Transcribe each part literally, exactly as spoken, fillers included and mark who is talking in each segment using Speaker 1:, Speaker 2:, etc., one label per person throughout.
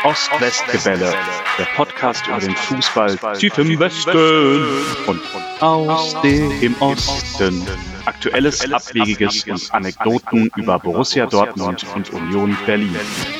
Speaker 1: Ost-West-Gebälle, der Podcast über den Fußball tief im Westen und aus dem Osten. Aktuelles, Abwegiges und Anekdoten über Borussia Dortmund und Union Berlin.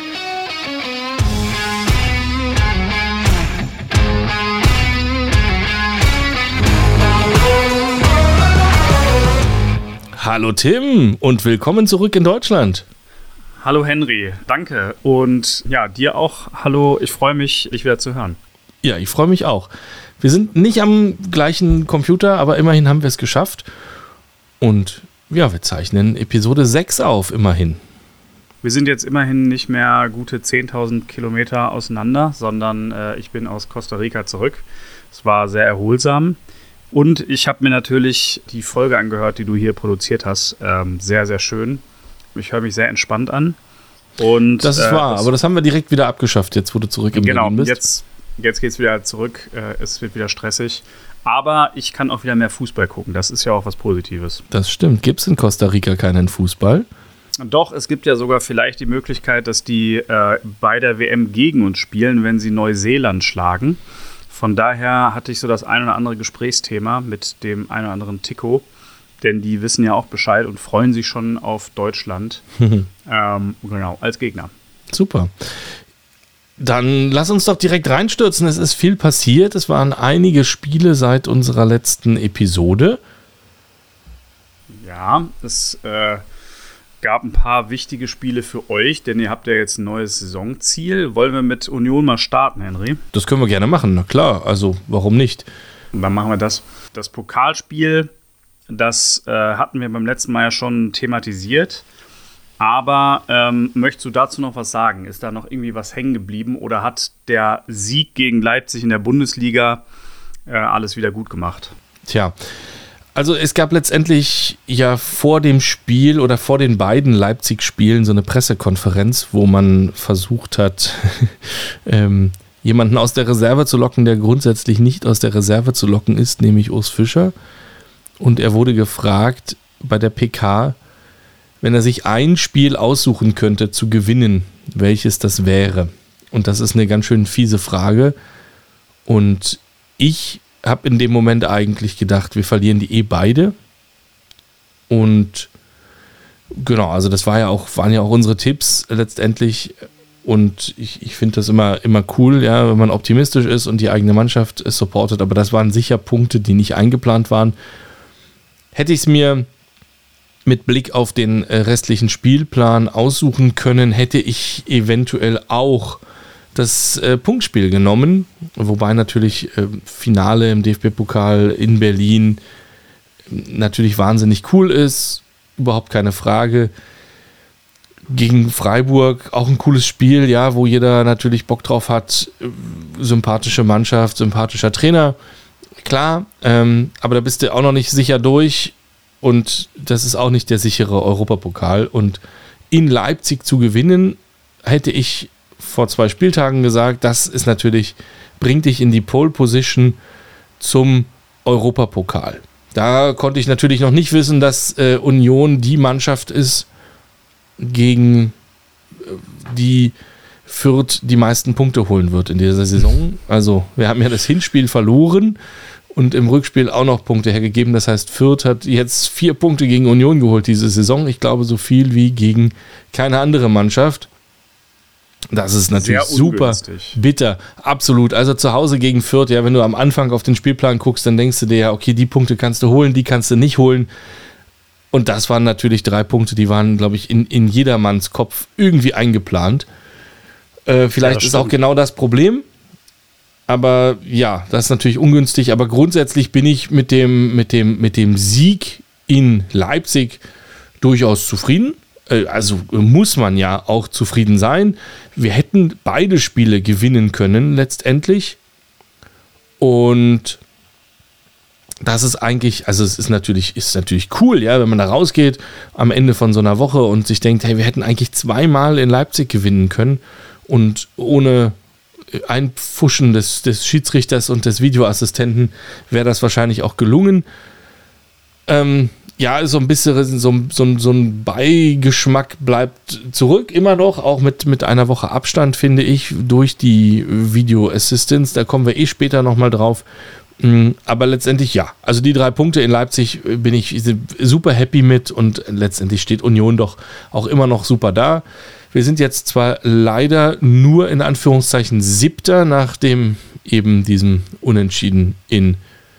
Speaker 2: Hallo Tim und willkommen zurück in Deutschland.
Speaker 3: Hallo Henry, danke. Und ja, dir auch. Hallo, ich freue mich, dich wieder zu hören.
Speaker 2: Ja, ich freue mich auch. Wir sind nicht am gleichen Computer, aber immerhin haben wir es geschafft. Und ja, wir zeichnen Episode sechs auf, immerhin.
Speaker 3: Wir sind jetzt immerhin nicht mehr gute zehntausend Kilometer auseinander, sondern äh, ich bin aus Costa Rica zurück. Es war sehr erholsam. Und ich habe mir natürlich die Folge angehört, die du hier produziert hast. Ähm, sehr, sehr schön. Ich höre mich sehr entspannt an. Und,
Speaker 2: das ist äh, wahr, das, aber das haben wir direkt wieder abgeschafft, jetzt wo du zurück im
Speaker 3: genau,
Speaker 2: Berlin bist.
Speaker 3: Genau, jetzt, jetzt geht es wieder zurück. Äh, es wird wieder stressig. Aber ich kann auch wieder mehr Fußball gucken. Das ist ja auch was Positives.
Speaker 2: Das stimmt. Gibt es in Costa Rica keinen Fußball?
Speaker 3: Doch, es gibt ja sogar vielleicht die Möglichkeit, dass die äh, bei der W M gegen uns spielen, wenn sie Neuseeland schlagen. Von daher hatte ich so das ein oder andere Gesprächsthema mit dem ein oder anderen Tico, denn die wissen ja auch Bescheid und freuen sich schon auf Deutschland ähm, genau, als Gegner.
Speaker 2: Super. Dann lass uns doch direkt reinstürzen. Es ist viel passiert. Es waren einige Spiele seit unserer letzten Episode.
Speaker 3: Ja, es äh, gab ein paar wichtige Spiele für euch, denn ihr habt ja jetzt ein neues Saisonziel. Wollen wir mit Union mal starten, Henry?
Speaker 2: Das können wir gerne machen, na klar. Also, warum nicht?
Speaker 3: Und dann machen wir das. Das Pokalspiel, das äh, hatten wir beim letzten Mal ja schon thematisiert. Aber ähm, möchtest du dazu noch was sagen? Ist da noch irgendwie was hängen geblieben? Oder hat der Sieg gegen Leipzig in der Bundesliga äh, alles wieder gut gemacht?
Speaker 2: Tja, also es gab letztendlich ja vor dem Spiel oder vor den beiden Leipzig-Spielen so eine Pressekonferenz, wo man versucht hat, ähm, jemanden aus der Reserve zu locken, der grundsätzlich nicht aus der Reserve zu locken ist, nämlich Urs Fischer. Und er wurde gefragt bei der P K, wenn er sich ein Spiel aussuchen könnte zu gewinnen, welches das wäre. Und das ist eine ganz schön fiese Frage. Und ich habe in dem Moment eigentlich gedacht, wir verlieren die eh beide. Und genau, also das war ja auch, waren ja auch unsere Tipps letztendlich. Und ich, ich finde das immer, immer cool, ja, wenn man optimistisch ist und die eigene Mannschaft es supportet. Aber das waren sicher Punkte, die nicht eingeplant waren. Hätte ich es mir mit Blick auf den restlichen Spielplan aussuchen können, hätte ich eventuell auch das äh, Punktspiel genommen, wobei natürlich äh, Finale im D F B-Pokal in Berlin natürlich wahnsinnig cool ist, überhaupt keine Frage. Gegen Freiburg auch ein cooles Spiel, ja, wo jeder natürlich Bock drauf hat, sympathische Mannschaft, sympathischer Trainer, klar, ähm, aber da bist du auch noch nicht sicher durch und das ist auch nicht der sichere Europapokal und in Leipzig zu gewinnen, hätte ich vor zwei Spieltagen gesagt, das ist natürlich, bringt dich in die Pole Position zum Europapokal. Da konnte ich natürlich noch nicht wissen, dass äh, Union die Mannschaft ist, gegen äh, die Fürth die meisten Punkte holen wird in dieser Saison. Also wir haben ja das Hinspiel verloren und im Rückspiel auch noch Punkte hergegeben. Das heißt, Fürth hat jetzt vier Punkte gegen Union geholt diese Saison. Ich glaube, so viel wie gegen keine andere Mannschaft. Das ist natürlich super bitter, absolut. Also zu Hause gegen Fürth, ja, wenn du am Anfang auf den Spielplan guckst, dann denkst du dir ja, okay, die Punkte kannst du holen, die kannst du nicht holen. Und das waren natürlich drei Punkte, die waren, glaube ich, in, in jedermanns Kopf irgendwie eingeplant. Äh, vielleicht ja, ist auch genau das Problem. Aber ja, das ist natürlich ungünstig. Aber grundsätzlich bin ich mit dem, mit dem, mit dem Sieg in Leipzig durchaus zufrieden. Also muss man ja auch zufrieden sein. Wir hätten beide Spiele gewinnen können letztendlich. Und das ist eigentlich, also es ist natürlich, ist natürlich cool, ja, wenn man da rausgeht am Ende von so einer Woche und sich denkt, hey, wir hätten eigentlich zweimal in Leipzig gewinnen können und ohne Einpfuschen des, des Schiedsrichters und des Videoassistenten wäre das wahrscheinlich auch gelungen. Ähm, ja, so ein bisschen so, so, so ein Beigeschmack bleibt zurück, immer noch, auch mit, mit einer Woche Abstand, finde ich, durch die Video Assistance. Da kommen wir eh später nochmal drauf. Aber letztendlich ja, also die drei Punkte in Leipzig bin ich super happy mit und letztendlich steht Union doch auch immer noch super da. Wir sind jetzt zwar leider nur in Anführungszeichen Siebter nach dem eben diesem Unentschieden in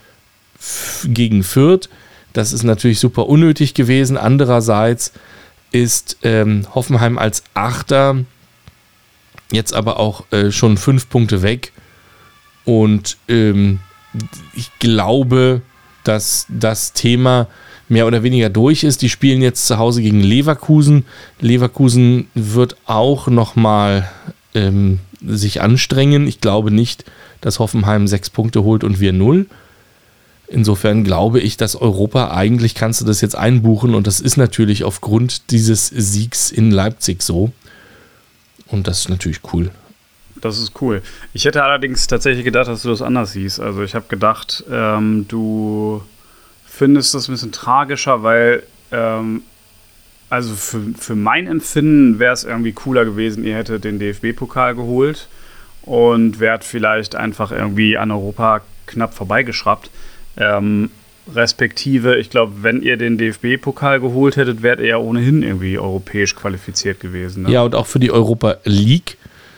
Speaker 2: gegen Fürth. Das ist natürlich super unnötig gewesen. Andererseits ist ähm, Hoffenheim als Achter jetzt aber auch äh, schon fünf Punkte weg und ähm, ich glaube, dass das Thema mehr oder weniger durch ist. Die spielen jetzt zu Hause gegen Leverkusen. Leverkusen wird auch nochmal ähm, sich anstrengen. Ich glaube nicht, dass Hoffenheim sechs Punkte holt und wir null. Insofern glaube ich, dass Europa, eigentlich kannst du das jetzt einbuchen und das ist natürlich aufgrund dieses Siegs in Leipzig so. Und das ist natürlich cool.
Speaker 3: Das ist cool. Ich hätte allerdings tatsächlich gedacht, dass du das anders siehst. Also ich habe gedacht, ähm, du findest das ein bisschen tragischer, weil ähm, also für, für mein Empfinden wäre es irgendwie cooler gewesen, ihr hättet den D F B-Pokal geholt und wärt vielleicht einfach irgendwie an Europa knapp vorbeigeschraubt. Ähm, respektive, ich glaube, wenn ihr den D F B-Pokal geholt hättet, wärt ihr ja ohnehin irgendwie europäisch qualifiziert gewesen. Ne?
Speaker 2: Ja, und auch für die Europa League.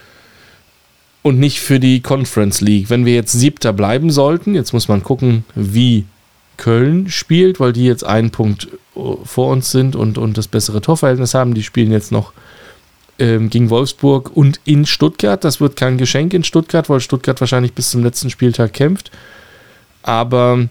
Speaker 2: Und nicht für die Conference League. Wenn wir jetzt Siebter bleiben sollten, jetzt muss man gucken, wie Köln spielt, weil die jetzt einen Punkt vor uns sind und, und das bessere Torverhältnis haben. Die spielen jetzt noch ähm, gegen Wolfsburg und in Stuttgart. Das wird kein Geschenk in Stuttgart, weil Stuttgart wahrscheinlich bis zum letzten Spieltag kämpft. Aber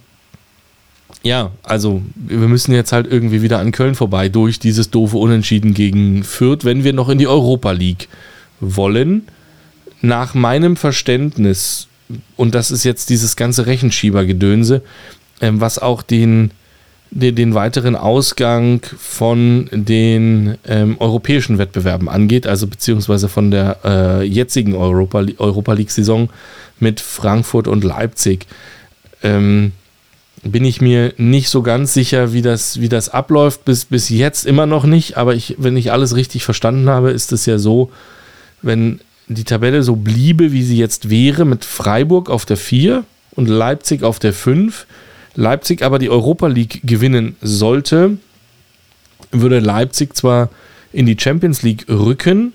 Speaker 2: ja, also wir müssen jetzt halt irgendwie wieder an Köln vorbei durch dieses doofe Unentschieden gegen Fürth, wenn wir noch in die Europa League wollen. Nach meinem Verständnis, und das ist jetzt dieses ganze Rechenschiebergedönse, ähm, was auch den, den, den weiteren Ausgang von den ähm, europäischen Wettbewerben angeht, also beziehungsweise von der äh, jetzigen Europa, Europa League-Saison mit Frankfurt und Leipzig, ähm, bin ich mir nicht so ganz sicher, wie das, wie das abläuft, bis, bis jetzt immer noch nicht, aber ich, wenn ich alles richtig verstanden habe, ist es ja so, wenn die Tabelle so bliebe, wie sie jetzt wäre, mit Freiburg auf der vier und Leipzig auf der fünf, Leipzig aber die Europa League gewinnen sollte, würde Leipzig zwar in die Champions League rücken,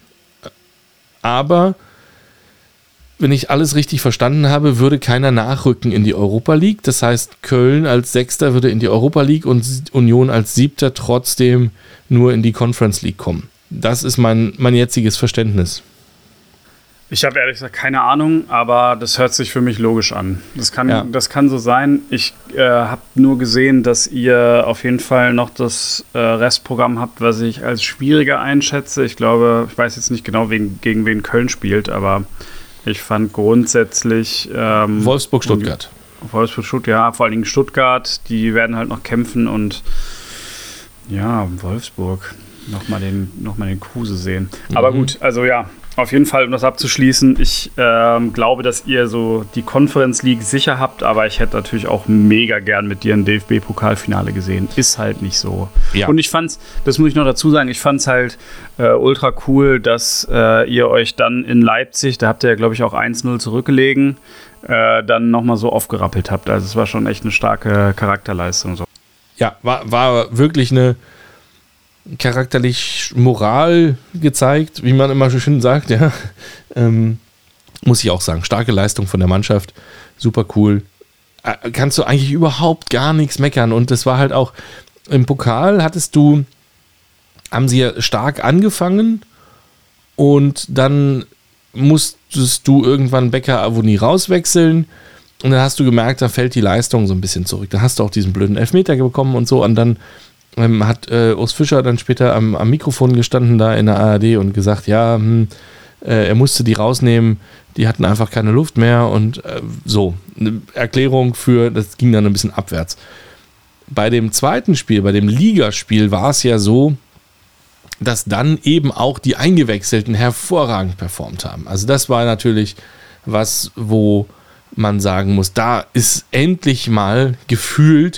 Speaker 2: aber wenn ich alles richtig verstanden habe, würde keiner nachrücken in die Europa League. Das heißt, Köln als Sechster würde in die Europa League und Union als Siebter trotzdem nur in die Conference League kommen. Das ist mein, mein jetziges Verständnis.
Speaker 3: Ich habe ehrlich gesagt keine Ahnung, aber das hört sich für mich logisch an. Das kann, ja. das kann so sein. Ich äh, habe nur gesehen, dass ihr auf jeden Fall noch das äh, Restprogramm habt, was ich als schwieriger einschätze. Ich glaube, ich weiß jetzt nicht genau, wen, gegen wen Köln spielt, aber ich fand grundsätzlich ähm,
Speaker 2: Wolfsburg-Stuttgart.
Speaker 3: Wolfsburg-Stuttgart, ja, vor allen Dingen Stuttgart, die werden halt noch kämpfen und ja, Wolfsburg, nochmal den, noch mal den Kruse sehen. Mhm. Aber gut, also ja, auf jeden Fall, um das abzuschließen, ich ähm, glaube, dass ihr so die Conference League sicher habt, aber ich hätte natürlich auch mega gern mit dir ein D F B-Pokalfinale gesehen. Ist halt nicht so. Ja. Und ich fand's, das muss ich noch dazu sagen, ich fand's halt äh, ultra cool, dass äh, ihr euch dann in Leipzig, da habt ihr ja, glaube ich, auch eins null zurückgelegen, äh, dann nochmal so aufgerappelt habt. Also es war schon echt eine starke Charakterleistung. So.
Speaker 2: Ja, war, war wirklich eine charakterlich Moral gezeigt, wie man immer so schön sagt, ja. Ähm, muss ich auch sagen, starke Leistung von der Mannschaft, super cool. Äh, kannst du eigentlich überhaupt gar nichts meckern und das war halt auch, im Pokal hattest du, haben sie ja stark angefangen und dann musstest du irgendwann Becker Avoni rauswechseln und dann hast du gemerkt, da fällt die Leistung so ein bisschen zurück. Dann hast du auch diesen blöden Elfmeter bekommen und so und dann Ähm, hat äh, Urs Fischer dann später am, am Mikrofon gestanden da in der A R D und gesagt, ja, hm, äh, er musste die rausnehmen, die hatten einfach keine Luft mehr und äh, so, eine Erklärung für, das ging dann ein bisschen abwärts. Bei dem zweiten Spiel, bei dem Ligaspiel war es ja so, dass dann eben auch die Eingewechselten hervorragend performt haben. Also das war natürlich was, wo man sagen muss, da ist endlich mal gefühlt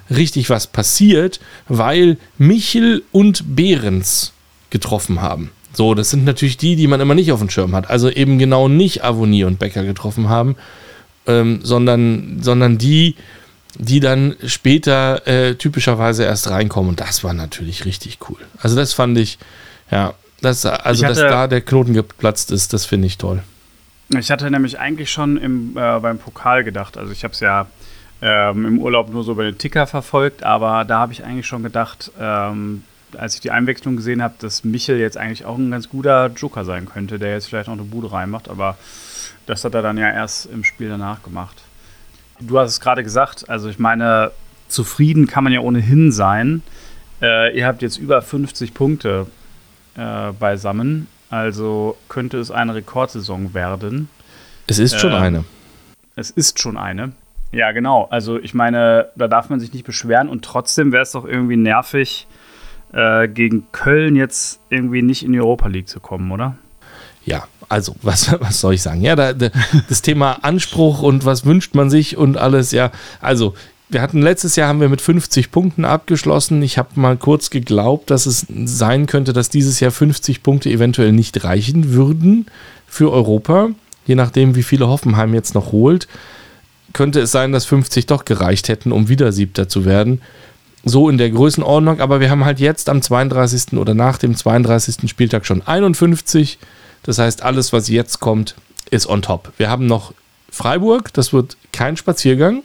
Speaker 2: richtig was passiert, weil Michel und Behrens getroffen haben. So, das sind natürlich die, die man immer nicht auf dem Schirm hat. Also eben genau nicht Avonie und Becker getroffen haben, ähm, sondern, sondern die, die dann später äh, typischerweise erst reinkommen. Und das war natürlich richtig cool. Also das fand ich, ja, das, also hatte, dass da der Knoten geplatzt ist, das finde ich toll.
Speaker 3: Ich hatte nämlich eigentlich schon im, äh, beim Pokal gedacht, also ich habe es ja ähm, im Urlaub nur so bei den Ticker verfolgt, aber da habe ich eigentlich schon gedacht, ähm, als ich die Einwechslung gesehen habe, dass Michel jetzt eigentlich auch ein ganz guter Joker sein könnte, der jetzt vielleicht noch eine Bude reinmacht, aber das hat er dann ja erst im Spiel danach gemacht. Du hast es gerade gesagt, also ich meine, zufrieden kann man ja ohnehin sein. Äh, ihr habt jetzt über fünfzig Punkte äh, beisammen, also könnte es eine Rekordsaison werden.
Speaker 2: Es ist schon
Speaker 3: ähm,
Speaker 2: eine.
Speaker 3: Es ist schon eine. Ja, genau. Also ich meine, da darf man sich nicht beschweren und trotzdem wäre es doch irgendwie nervig, äh, gegen Köln jetzt irgendwie nicht in die Europa League zu kommen, oder?
Speaker 2: Ja, also, was, was soll ich sagen? Ja, da, da, das Thema Anspruch und was wünscht man sich und alles, ja. Also, wir hatten letztes Jahr haben wir mit fünfzig Punkten abgeschlossen. Ich habe mal kurz geglaubt, dass es sein könnte, dass dieses Jahr fünfzig Punkte eventuell nicht reichen würden für Europa. Je nachdem, wie viele Hoffenheim jetzt noch holt, könnte es sein, dass fünfzig doch gereicht hätten, um wieder Siebter zu werden. So in der Größenordnung, aber wir haben halt jetzt am zweiunddreißigsten oder nach dem zweiunddreißigsten Spieltag schon einundfünfzig. Das heißt, alles, was jetzt kommt, ist on top. Wir haben noch Freiburg, das wird kein Spaziergang.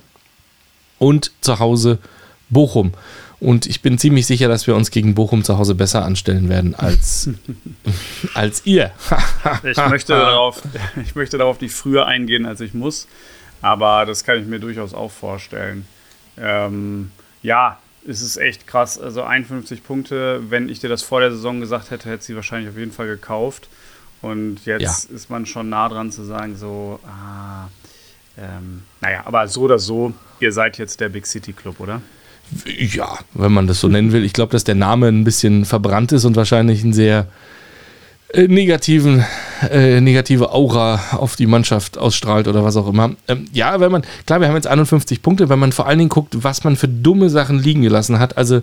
Speaker 2: Und zu Hause Bochum. Und ich bin ziemlich sicher, dass wir uns gegen Bochum zu Hause besser anstellen werden als, als ihr.
Speaker 3: ich, möchte darauf, ich möchte darauf nicht früher eingehen, als ich muss. Aber das kann ich mir durchaus auch vorstellen. Ähm, ja, es ist echt krass. Also einundfünfzig Punkte, wenn ich dir das vor der Saison gesagt hätte, hätte sie wahrscheinlich auf jeden Fall gekauft. Und jetzt ja. ist man schon nah dran zu sagen, so, ah, ähm, naja, aber so oder so, ihr seid jetzt der Big City Club, oder?
Speaker 2: Ja, wenn man das so nennen will. Ich glaube, dass der Name ein bisschen verbrannt ist und wahrscheinlich einen sehr äh, negativen, äh, negative Aura auf die Mannschaft ausstrahlt oder was auch immer. Ähm, ja, wenn man, klar, wir haben jetzt einundfünfzig Punkte, wenn man vor allen Dingen guckt, was man für dumme Sachen liegen gelassen hat. Also,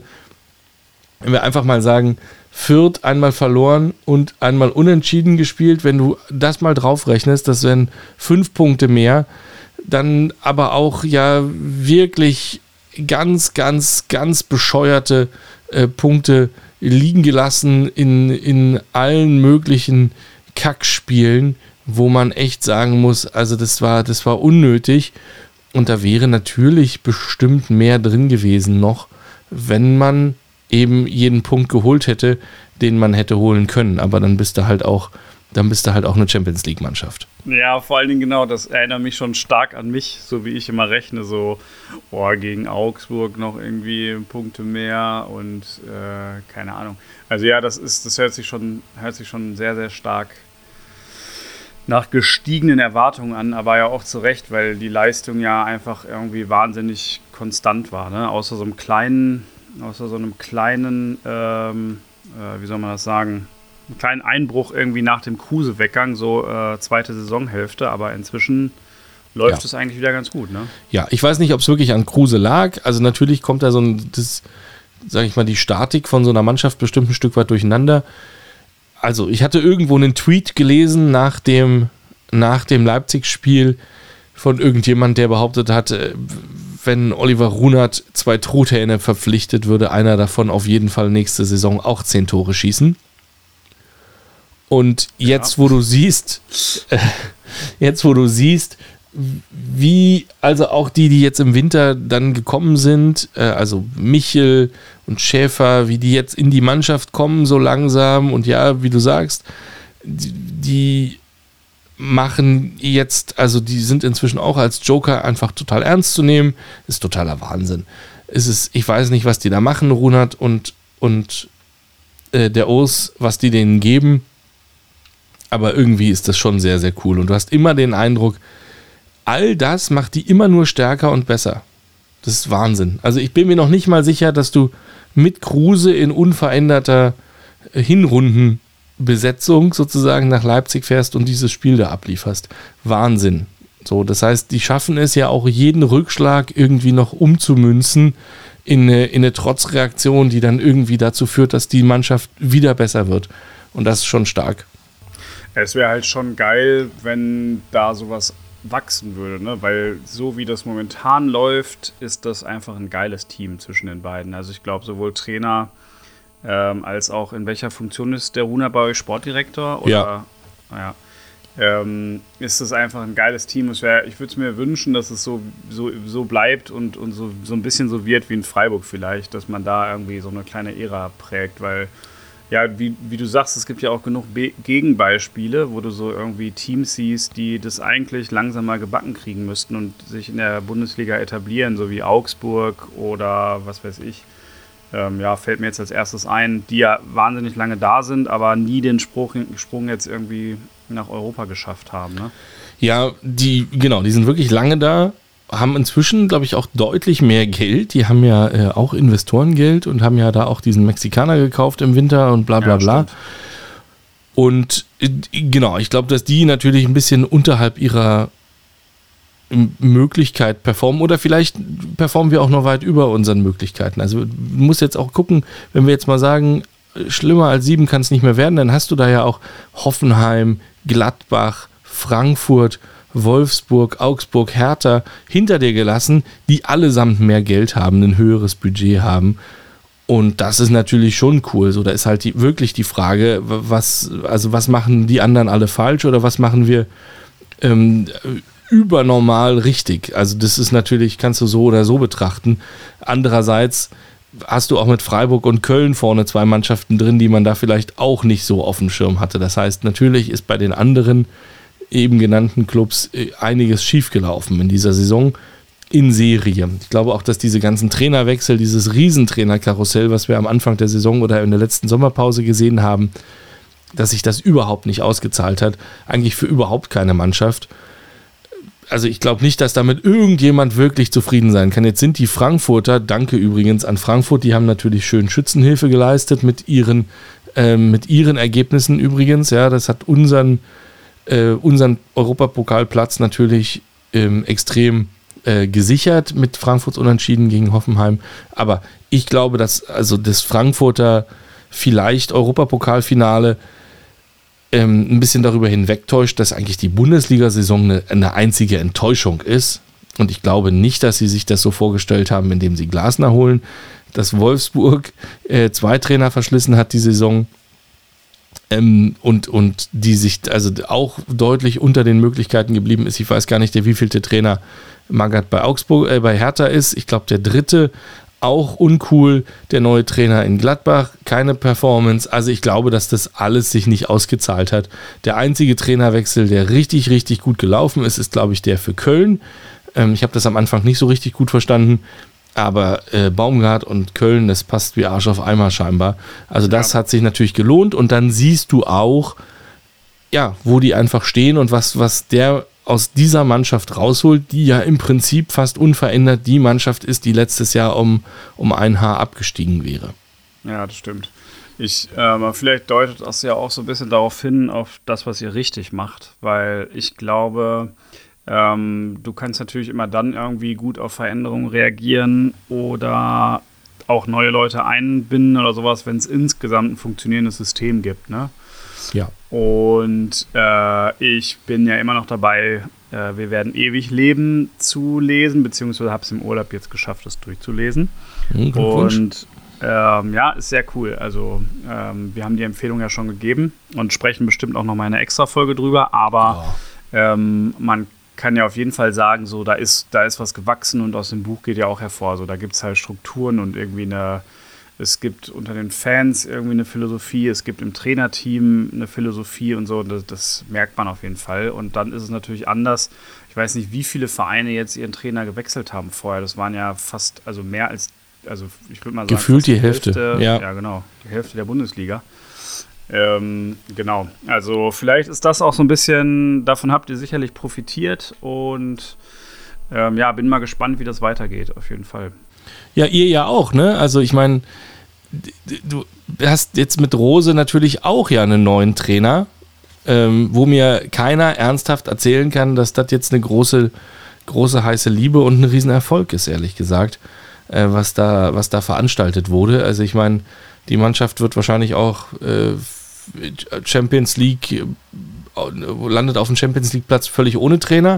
Speaker 2: wenn wir einfach mal sagen, Fürth einmal verloren und einmal unentschieden gespielt, wenn du das mal draufrechnest, das wären fünf Punkte mehr, dann aber auch ja wirklich ganz, ganz, ganz bescheuerte äh, Punkte liegen gelassen in, in allen möglichen Kackspielen, wo man echt sagen muss, also das war, das war unnötig und da wäre natürlich bestimmt mehr drin gewesen noch, wenn man eben jeden Punkt geholt hätte, den man hätte holen können, aber dann bist du halt auch dann bist du halt auch eine Champions-League-Mannschaft.
Speaker 3: Ja, vor allen Dingen genau, das erinnert mich schon stark an mich, so wie ich immer rechne, so boah, gegen Augsburg noch irgendwie Punkte mehr und äh, keine Ahnung. Also ja, das ist, das hört sich schon, hört sich schon sehr, sehr stark nach gestiegenen Erwartungen an, aber ja auch zu Recht, weil die Leistung ja einfach irgendwie wahnsinnig konstant war, ne? Außer so einem kleinen, außer so einem kleinen, ähm, äh, wie soll man das sagen, einen kleinen Einbruch irgendwie nach dem Kruse-Weggang, so äh, zweite Saisonhälfte, aber inzwischen läuft ja. es eigentlich wieder ganz gut, ne?
Speaker 2: Ja, ich weiß nicht, ob es wirklich an Kruse lag. Also natürlich kommt da so ein, das, sag ich mal, die Statik von so einer Mannschaft bestimmt ein Stück weit durcheinander. Also ich hatte irgendwo einen Tweet gelesen nach dem, nach dem Leipzig-Spiel von irgendjemand, der behauptet hat, wenn Oliver Runert zwei Truthähne verpflichtet, würde einer davon auf jeden Fall nächste Saison auch zehn Tore schießen. Und jetzt, ja. wo du siehst, äh, jetzt, wo du siehst, wie, also auch die, die jetzt im Winter dann gekommen sind, äh, also Michel und Schäfer, wie die jetzt in die Mannschaft kommen, so langsam und ja, wie du sagst, die, die machen jetzt, also die sind inzwischen auch als Joker einfach total ernst zu nehmen, ist totaler Wahnsinn. Es ist, ich weiß nicht, was die da machen, Runert und, und äh, der Urs, was die denen geben, aber irgendwie ist das schon sehr, sehr cool und du hast immer den Eindruck, all das macht die immer nur stärker und besser. Das ist Wahnsinn. Also ich bin mir noch nicht mal sicher, dass du mit Kruse in unveränderter Hinrundenbesetzung sozusagen nach Leipzig fährst und dieses Spiel da ablieferst. Wahnsinn. So, das heißt, die schaffen es ja auch, jeden Rückschlag irgendwie noch umzumünzen in eine, in eine Trotzreaktion, die dann irgendwie dazu führt, dass die Mannschaft wieder besser wird. Und das ist schon stark.
Speaker 3: Es wäre halt schon geil, wenn da sowas wachsen würde, ne? Weil so wie das momentan läuft, ist das einfach ein geiles Team zwischen den beiden. Also ich glaube, sowohl Trainer ähm, als auch in welcher Funktion ist der Runa bei euch, Sportdirektor? Oder,
Speaker 2: ja.
Speaker 3: ja. Ähm, ist das einfach ein geiles Team. Es wär, ich würde es mir wünschen, dass es so, so, so bleibt und, und so, so ein bisschen so wird wie in Freiburg vielleicht, dass man da irgendwie so eine kleine Ära prägt, weil ja, wie, wie du sagst, es gibt ja auch genug Be- Gegenbeispiele, wo du so irgendwie Teams siehst, die das eigentlich langsam mal gebacken kriegen müssten und sich in der Bundesliga etablieren, so wie Augsburg oder was weiß ich. Ähm, ja, fällt mir jetzt als erstes ein, die ja wahnsinnig lange da sind, aber nie den Sprung, Sprung jetzt irgendwie nach Europa geschafft haben, ne?
Speaker 2: Ja, die, genau, die sind wirklich lange da, haben inzwischen, glaube ich, auch deutlich mehr Geld. Die haben ja äh, auch Investorengeld und haben ja da auch diesen Mexikaner gekauft im Winter und bla bla bla. Ja, und äh, genau, ich glaube, dass die natürlich ein bisschen unterhalb ihrer Möglichkeit performen oder vielleicht performen wir auch noch weit über unseren Möglichkeiten. Also du musst jetzt auch gucken, wenn wir jetzt mal sagen, schlimmer als sieben kann es nicht mehr werden, dann hast du da ja auch Hoffenheim, Gladbach, Frankfurt, Wolfsburg, Augsburg, Hertha hinter dir gelassen, die allesamt mehr Geld haben, ein höheres Budget haben. Und das ist natürlich schon cool. So, da ist halt die, wirklich die Frage, was, also was machen die anderen alle falsch oder was machen wir ähm, übernormal richtig? Also das ist natürlich, kannst du so oder so betrachten. Andererseits hast du auch mit Freiburg und Köln vorne zwei Mannschaften drin, die man da vielleicht auch nicht so auf dem Schirm hatte. Das heißt, natürlich ist bei den anderen eben genannten Clubs einiges schiefgelaufen in dieser Saison in Serie. Ich glaube auch, dass diese ganzen Trainerwechsel, dieses Riesentrainerkarussell, was wir am Anfang der Saison oder in der letzten Sommerpause gesehen haben, dass sich das überhaupt nicht ausgezahlt hat. Eigentlich für überhaupt keine Mannschaft. Also ich glaube nicht, dass damit irgendjemand wirklich zufrieden sein kann. Jetzt sind die Frankfurter, danke übrigens an Frankfurt, die haben natürlich schön Schützenhilfe geleistet mit ihren, äh, mit ihren Ergebnissen übrigens. Ja, das hat unseren Uh, unseren Europapokalplatz natürlich ähm, extrem äh, gesichert mit Frankfurts Unentschieden gegen Hoffenheim. Aber ich glaube, dass also das Frankfurter vielleicht Europapokalfinale ähm, ein bisschen darüber hinwegtäuscht, dass eigentlich die Bundesliga-Saison eine, eine einzige Enttäuschung ist. Und ich glaube nicht, dass sie sich das so vorgestellt haben, indem sie Glasner holen. Dass Wolfsburg äh, zwei Trainer verschlissen hat die Saison. Ähm, und, und die sich also auch deutlich unter den Möglichkeiten geblieben ist. Ich weiß gar nicht, der wievielte Trainer Magath bei Augsburg, äh, bei Hertha ist. Ich glaube, der dritte, auch uncool. Der neue Trainer in Gladbach, keine Performance. Also ich glaube, dass das alles sich nicht ausgezahlt hat. Der einzige Trainerwechsel, der richtig, richtig gut gelaufen ist, ist, glaube ich, der für Köln. Ähm, ich habe das am Anfang nicht so richtig gut verstanden. Aber äh, Baumgart und Köln, das passt wie Arsch auf Eimer scheinbar. Also das ja. hat sich natürlich gelohnt und dann siehst du auch, ja, wo die einfach stehen und was, was der aus dieser Mannschaft rausholt, die ja im Prinzip fast unverändert die Mannschaft ist, die letztes Jahr um, um ein Haar abgestiegen wäre.
Speaker 3: Ja, das stimmt. Ich, äh, vielleicht deutet das ja auch so ein bisschen darauf hin, auf das, was ihr richtig macht, weil ich glaube, Ähm, du kannst natürlich immer dann irgendwie gut auf Veränderungen reagieren oder auch neue Leute einbinden oder sowas, wenn es insgesamt ein funktionierendes System gibt, ne?
Speaker 2: Ja.
Speaker 3: Und äh, ich bin ja immer noch dabei, äh, wir werden ewig leben zu lesen, beziehungsweise habe es im Urlaub jetzt geschafft, das durchzulesen.
Speaker 2: Mhm,
Speaker 3: und ähm, ja, ist sehr cool. Also ähm, wir haben die Empfehlung ja schon gegeben und sprechen bestimmt auch noch mal eine extra Folge drüber, aber oh. ähm, man kann ja auf jeden Fall sagen, so da ist, da ist was gewachsen und aus dem Buch geht ja auch hervor, so da gibt es halt Strukturen und irgendwie eine, es gibt unter den Fans irgendwie eine Philosophie, es gibt im Trainerteam eine Philosophie und so, das, das merkt man auf jeden Fall und dann ist es natürlich anders. Ich weiß nicht, wie viele Vereine jetzt ihren Trainer gewechselt haben vorher, das waren ja fast, also mehr als, also ich würde mal sagen,
Speaker 2: gefühlt die, die Hälfte,
Speaker 3: Hälfte
Speaker 2: ja.
Speaker 3: ja genau, die Hälfte der Bundesliga. Ähm, genau, also vielleicht ist das auch so ein bisschen, davon habt ihr sicherlich profitiert und ähm, ja, bin mal gespannt, wie das weitergeht, auf jeden Fall.
Speaker 2: Ja, ihr ja auch, ne? Also ich meine, du hast jetzt mit Rose natürlich auch ja einen neuen Trainer, ähm, wo mir keiner ernsthaft erzählen kann, dass das jetzt eine große, große heiße Liebe und ein Riesenerfolg ist, ehrlich gesagt. äh, was da, was da veranstaltet wurde. Also ich meine, die Mannschaft wird wahrscheinlich auch äh, Champions League, äh, landet auf dem Champions League Platz völlig ohne Trainer.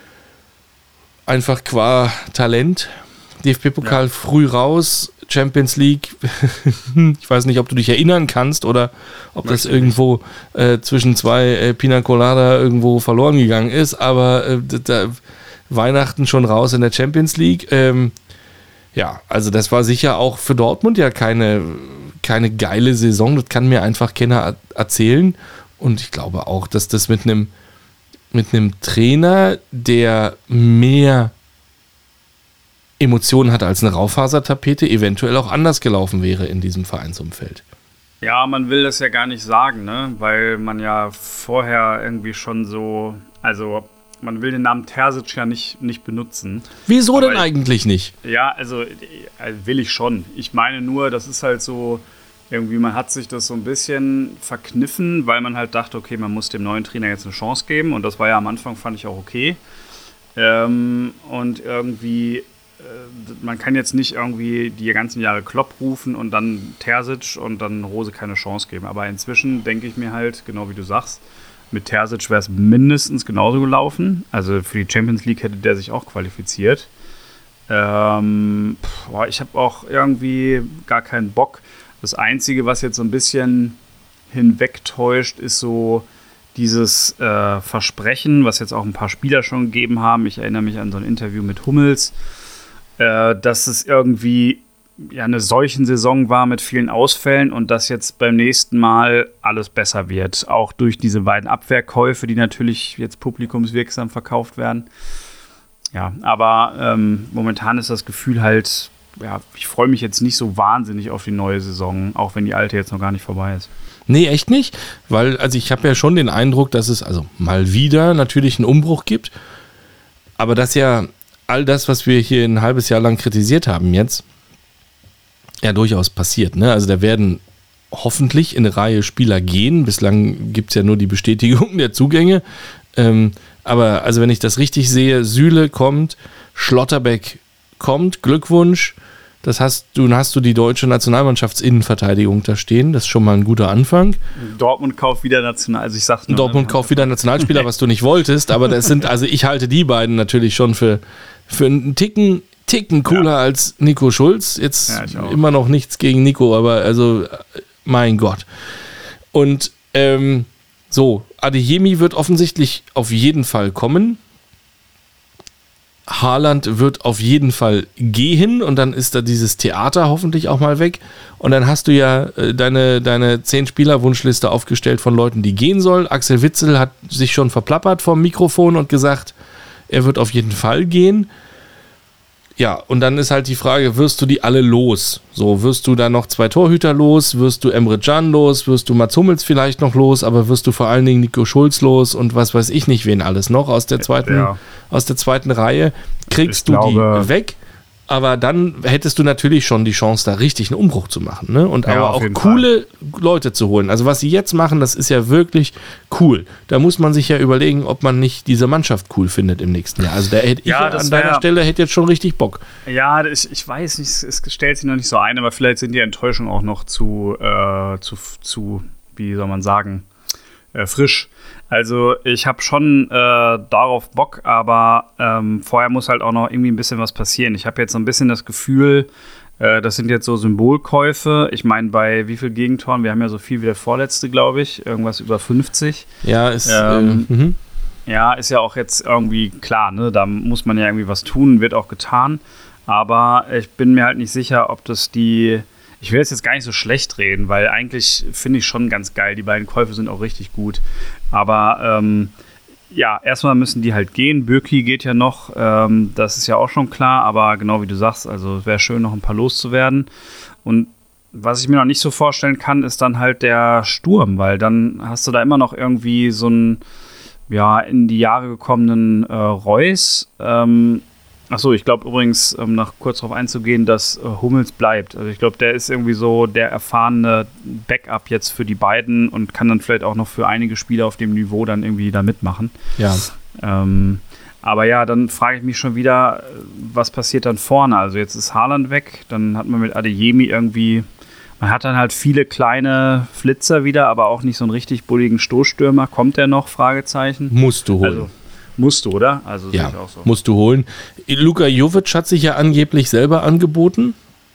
Speaker 2: Einfach qua Talent. D F B-Pokal ja. früh raus, Champions League. Ich weiß nicht, ob du dich erinnern kannst oder ob weiß das irgendwo äh, zwischen zwei äh, Pina Colada irgendwo verloren gegangen ist, aber äh, da, Weihnachten schon raus in der Champions League. Ähm, ja, also das war sicher auch für Dortmund ja keine, keine geile Saison. Das kann mir einfach keiner erzählen. Und ich glaube auch, dass das mit einem mit einem Trainer, der mehr Emotionen hat als eine Raufasertapete, eventuell auch anders gelaufen wäre in diesem Vereinsumfeld.
Speaker 3: Ja, man will das ja gar nicht sagen, ne? Weil man ja vorher irgendwie schon so, also man will den Namen Terzic ja nicht, nicht benutzen.
Speaker 2: Wieso
Speaker 3: Aber
Speaker 2: denn
Speaker 3: ich,
Speaker 2: eigentlich nicht?
Speaker 3: Ja, also will ich schon. Ich meine nur, das ist halt so, irgendwie man hat sich das so ein bisschen verkniffen, weil man halt dachte, okay, man muss dem neuen Trainer jetzt eine Chance geben und das war ja am Anfang, fand ich auch okay. Ähm, und irgendwie man kann jetzt nicht irgendwie die ganzen Jahre Klopp rufen und dann Terzic und dann Rose keine Chance geben. Aber inzwischen denke ich mir halt, genau wie du sagst, mit Terzic wäre es mindestens genauso gelaufen. Also für die Champions League hätte der sich auch qualifiziert. Ähm, boah, ich habe auch irgendwie gar keinen Bock. Das Einzige, was jetzt so ein bisschen hinwegtäuscht, ist so dieses äh, Versprechen, was jetzt auch ein paar Spieler schon gegeben haben. Ich erinnere mich an so ein Interview mit Hummels, dass es irgendwie ja eine solchen Saison war mit vielen Ausfällen und dass jetzt beim nächsten Mal alles besser wird. Auch durch diese beiden Abwehrkäufe, die natürlich jetzt publikumswirksam verkauft werden. Ja, aber ähm, momentan ist das Gefühl halt, ja, ich freue mich jetzt nicht so wahnsinnig auf die neue Saison, auch wenn die alte jetzt noch gar nicht vorbei ist.
Speaker 2: Nee, echt nicht, weil also ich habe ja schon den Eindruck, dass es also mal wieder natürlich einen Umbruch gibt, aber das ja all das, was wir hier ein halbes Jahr lang kritisiert haben jetzt, ja durchaus passiert. Ne? Also da werden hoffentlich in eine Reihe Spieler gehen. Bislang gibt es ja nur die Bestätigung der Zugänge. Ähm, aber also wenn ich das richtig sehe, Süle kommt, Schlotterbeck kommt, Glückwunsch. Das hast du, hast du die deutsche Nationalmannschaftsinnenverteidigung da stehen. Das ist schon mal ein guter Anfang.
Speaker 3: Dortmund kauft wieder National, also ich sag's nur.
Speaker 2: Dortmund kauft wieder Nationalspieler, was du nicht wolltest, aber das sind, also ich halte die beiden natürlich schon für, für einen Ticken, Ticken cooler ja. als Nico Schulz. Jetzt ja, immer noch nichts gegen Nico, aber also, mein Gott. Und ähm, so, Adeyemi wird offensichtlich auf jeden Fall kommen. Haaland wird auf jeden Fall gehen und dann ist da dieses Theater hoffentlich auch mal weg. Und dann hast du ja äh, deine, deine zehn-Spieler-Wunschliste aufgestellt von Leuten, die gehen sollen. Axel Witsel hat sich schon verplappert vom Mikrofon und gesagt, er wird auf jeden Fall gehen. Ja, und dann ist halt die Frage, wirst du die alle los? So, wirst du da noch zwei Torhüter los? Wirst du Emre Can los? Wirst du Mats Hummels vielleicht noch los? Aber wirst du vor allen Dingen Nico Schulz los und was weiß ich nicht, wen alles noch aus der zweiten, ja. aus der zweiten Reihe? Kriegst ich du glaube, die weg? Aber dann hättest du natürlich schon die Chance, da richtig einen Umbruch zu machen. Ne? Und ja, aber auch coole Fall. Leute zu holen. Also was sie jetzt machen, das ist ja wirklich cool. Da muss man sich ja überlegen, ob man nicht diese Mannschaft cool findet im nächsten Jahr. Also da hätte ja, ich an deiner Stelle hätte jetzt schon richtig Bock.
Speaker 3: Ja, ich, ich weiß nicht, es stellt sich noch nicht so ein, aber vielleicht sind die Enttäuschungen auch noch zu, äh, zu, zu, wie soll man sagen, äh, frisch. Also ich habe schon äh, darauf Bock, aber ähm, vorher muss halt auch noch irgendwie ein bisschen was passieren. Ich habe jetzt so ein bisschen das Gefühl, äh, das sind jetzt so Symbolkäufe. Ich meine, bei wie viel Gegentoren? Wir haben ja so viel wie der Vorletzte, glaube ich. Irgendwas über fünfzig.
Speaker 2: Ja, ist,
Speaker 3: ähm,
Speaker 2: äh, mhm.
Speaker 3: ja, ist ja auch jetzt irgendwie klar, ne? Da muss man ja irgendwie was tun, wird auch getan. Aber ich bin mir halt nicht sicher, ob das die... Ich will das jetzt gar nicht so schlecht reden, weil eigentlich finde ich schon ganz geil. Die beiden Käufe sind auch richtig gut. Aber ähm, ja, erstmal müssen die halt gehen. Bürki geht ja noch, ähm, das ist ja auch schon klar. Aber genau wie du sagst, also es wäre schön, noch ein paar loszuwerden. Und was ich mir noch nicht so vorstellen kann, ist dann halt der Sturm, weil dann hast du da immer noch irgendwie so einen, ja, in die Jahre gekommenen äh, Reus. Ähm, Achso, ich glaube übrigens, um noch kurz darauf einzugehen, dass äh, Hummels bleibt. Also ich glaube, der ist irgendwie so der erfahrene Backup jetzt für die beiden und kann dann vielleicht auch noch für einige Spieler auf dem Niveau dann irgendwie da mitmachen.
Speaker 2: Ja.
Speaker 3: Ähm, Aber ja, dann frage ich mich schon wieder, was passiert dann vorne? Also jetzt ist Haaland weg, dann hat man mit Adeyemi irgendwie, man hat dann halt viele kleine Flitzer wieder, aber auch nicht so einen richtig bulligen Stoßstürmer. Kommt der noch? Fragezeichen.
Speaker 2: Musst du holen.
Speaker 3: Also, musst du, oder? Also
Speaker 2: ja,
Speaker 3: sehe ich auch so.
Speaker 2: Musst du holen. Luka Jovic hat sich ja angeblich selber angeboten.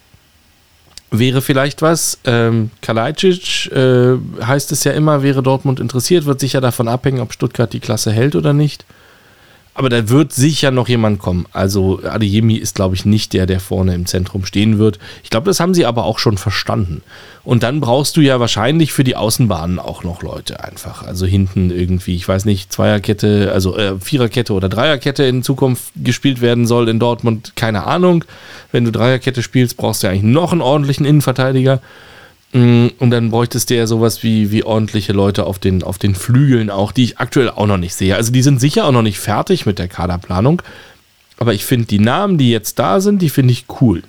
Speaker 2: Wäre vielleicht was. Ähm, Kalajdzic, äh, heißt es ja immer, wäre Dortmund interessiert, wird sicher davon abhängen, ob Stuttgart die Klasse hält oder nicht. Aber da wird sicher noch jemand kommen. Also Adeyemi ist, glaube ich, nicht der, der vorne im Zentrum stehen wird. Ich glaube, das haben sie aber auch schon verstanden. Und dann brauchst du ja wahrscheinlich für die Außenbahnen auch noch Leute einfach. Also hinten irgendwie, ich weiß nicht, Zweierkette, also äh, Viererkette oder Dreierkette in Zukunft gespielt werden soll in Dortmund. Keine Ahnung. Wenn du Dreierkette spielst, brauchst du ja eigentlich noch einen ordentlichen Innenverteidiger. Und dann bräuchtest du ja sowas wie, wie ordentliche Leute auf den, auf den Flügeln auch, die ich aktuell auch noch nicht sehe. Also die sind sicher auch noch nicht fertig mit der Kaderplanung. Aber ich finde die Namen, die jetzt da sind, die finde ich cool.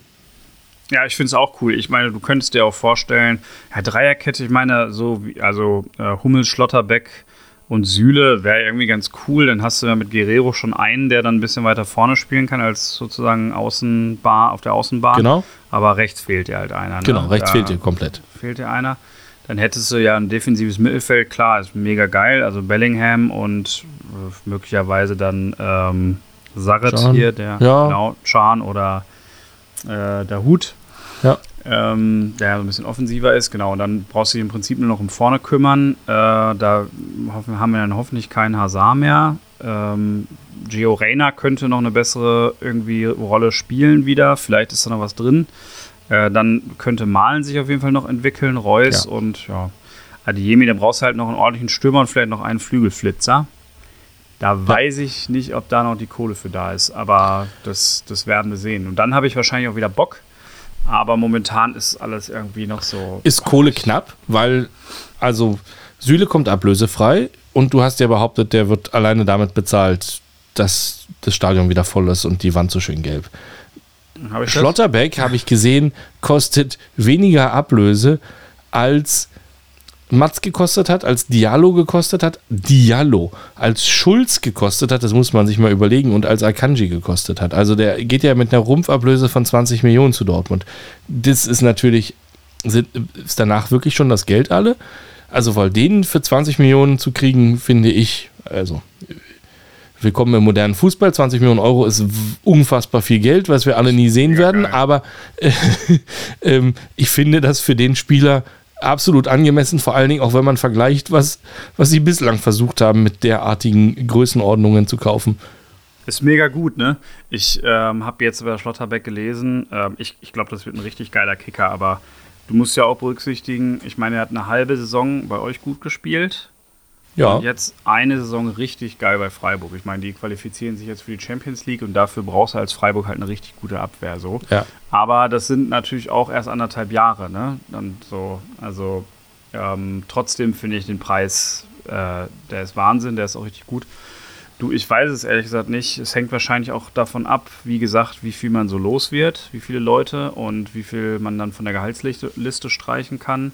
Speaker 3: Ja, ich finde es auch cool. Ich meine, du könntest dir auch vorstellen, ja, Dreierkette, ich meine, so wie, also äh, Hummels, Schlotterbeck und Süle wäre irgendwie ganz cool. Dann hast du ja mit Guerrero schon einen, der dann ein bisschen weiter vorne spielen kann, als sozusagen Außenbar, auf der Außenbahn.
Speaker 2: Genau.
Speaker 3: Aber rechts fehlt dir halt einer. Ne?
Speaker 2: Genau, rechts
Speaker 3: da
Speaker 2: fehlt dir komplett.
Speaker 3: Fehlt dir einer. Dann hättest du ja ein defensives Mittelfeld, klar, ist mega geil. Also Bellingham und äh, möglicherweise dann ähm, Sarret
Speaker 2: Can.
Speaker 3: hier, der
Speaker 2: Ja.
Speaker 3: genau, Can oder äh, der Hut.
Speaker 2: Ja.
Speaker 3: Ähm, der so ein bisschen offensiver ist, genau. Und dann brauchst du dich im Prinzip nur noch um vorne kümmern. Äh, da hoffen, haben wir dann hoffentlich keinen Hazard mehr. Ähm, Gio Reyna könnte noch eine bessere irgendwie Rolle spielen wieder. Vielleicht ist da noch was drin. Äh, dann könnte Malen sich auf jeden Fall noch entwickeln. Reus
Speaker 2: Ja.
Speaker 3: und ja, Adeyemi, da brauchst du halt noch einen ordentlichen Stürmer und vielleicht noch einen Flügelflitzer. Da ja. weiß ich nicht, ob da noch die Kohle für da ist. Aber das, das werden wir sehen. Und dann habe ich wahrscheinlich auch wieder Bock. Aber momentan ist alles irgendwie noch so.
Speaker 2: Ist Kohle knapp, weil, also, Süle kommt ablösefrei und du hast ja behauptet, der wird alleine damit bezahlt, dass das Stadion wieder voll ist und die Wand so schön gelb.
Speaker 3: Hab ich
Speaker 2: Schlotterbeck, habe ich gesehen, kostet weniger Ablöse als Matz gekostet hat, als Diallo gekostet hat, Diallo als Schulz gekostet hat, das muss man sich mal überlegen, und als Akanji gekostet hat. Also der geht ja mit einer Rumpfablöse von zwanzig Millionen zu Dortmund. Das ist natürlich, sind, ist danach wirklich schon das Geld alle? Also weil den für zwanzig Millionen zu kriegen, finde ich, also willkommen im modernen Fußball, zwanzig Millionen Euro ist unfassbar viel Geld, was wir alle nie sehen ja, werden, geil. aber äh, äh, ich finde das für den Spieler absolut angemessen, vor allen Dingen auch, wenn man vergleicht, was, was sie bislang versucht haben, mit derartigen Größenordnungen zu kaufen.
Speaker 3: Ist mega gut, ne? Ich ähm, habe jetzt über Schlotterbeck gelesen. Ähm, ich ich glaube, das wird ein richtig geiler Kicker, aber du musst ja auch berücksichtigen, ich meine, er hat eine halbe Saison bei euch gut gespielt.
Speaker 2: Ja.
Speaker 3: Und jetzt eine Saison richtig geil bei Freiburg. Ich meine, die qualifizieren sich jetzt für die Champions League und dafür brauchst du als Freiburg halt eine richtig gute Abwehr. So.
Speaker 2: Ja.
Speaker 3: Aber das sind natürlich auch erst anderthalb Jahre. Ne? Dann so, also ähm, trotzdem finde ich den Preis, äh, der ist Wahnsinn, der ist auch richtig gut. Du, ich weiß es ehrlich gesagt nicht. Es hängt wahrscheinlich auch davon ab, wie gesagt, wie viel man so los wird, wie viele Leute und wie viel man dann von der Gehaltsliste Liste streichen kann.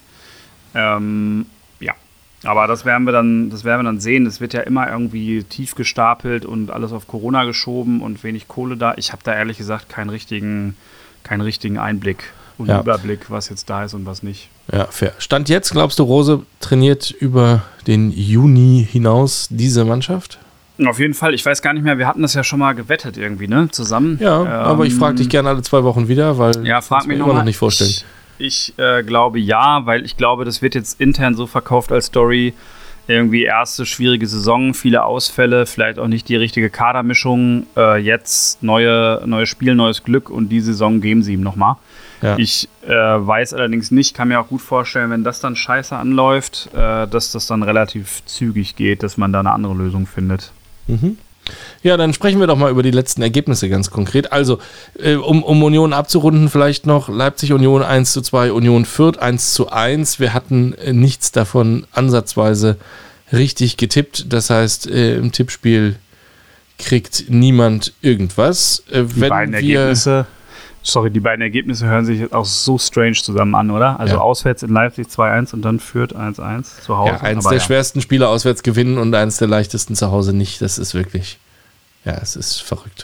Speaker 3: Ähm, ja. Aber das werden wir dann, das werden wir dann sehen. Es wird ja immer irgendwie tief gestapelt und alles auf Corona geschoben und wenig Kohle da. Ich habe da ehrlich gesagt keinen richtigen, keinen richtigen Einblick und ja. Überblick, was jetzt da ist und was nicht.
Speaker 2: Ja, fair. Stand jetzt, glaubst du, Rose trainiert über den Juni hinaus diese Mannschaft?
Speaker 3: Auf jeden Fall. Ich weiß gar nicht mehr, wir hatten das ja schon mal gewettet irgendwie, ne? Zusammen.
Speaker 2: Ja, ähm, aber ich frage dich gerne alle zwei Wochen wieder, weil
Speaker 3: ja, frag mich
Speaker 2: immer
Speaker 3: noch,
Speaker 2: noch nicht vorstellen.
Speaker 3: Ich, Ich äh, glaube ja, weil ich glaube, das wird jetzt intern so verkauft als Story. Irgendwie erste schwierige Saison, viele Ausfälle, vielleicht auch nicht die richtige Kadermischung. Äh, jetzt neue, neues Spiel, neues Glück und die Saison geben sie ihm nochmal. Ja. Ich äh, weiß allerdings nicht, kann mir auch gut vorstellen, wenn das dann scheiße anläuft, äh, dass das dann relativ zügig geht, dass man da eine andere Lösung findet.
Speaker 2: Mhm. Ja, dann sprechen wir doch mal über die letzten Ergebnisse ganz konkret. Also, äh, um, um Union abzurunden, vielleicht noch Leipzig-Union eins zu zwei, Union Fürth eins zu eins. Wir hatten äh, nichts davon ansatzweise richtig getippt. Das heißt, äh, im Tippspiel kriegt niemand irgendwas. Äh,
Speaker 3: die
Speaker 2: wenn
Speaker 3: beiden
Speaker 2: wir
Speaker 3: Ergebnisse, sorry, die beiden Ergebnisse hören sich jetzt auch so strange zusammen an, oder? Also ja. Auswärts in Leipzig zwei eins und dann Fürth eins eins zu Hause.
Speaker 2: Ja, eins
Speaker 3: Aber
Speaker 2: der
Speaker 3: ja.
Speaker 2: schwersten Spiele auswärts gewinnen und eins der leichtesten zu Hause nicht. Das ist wirklich ja, es ist verrückt.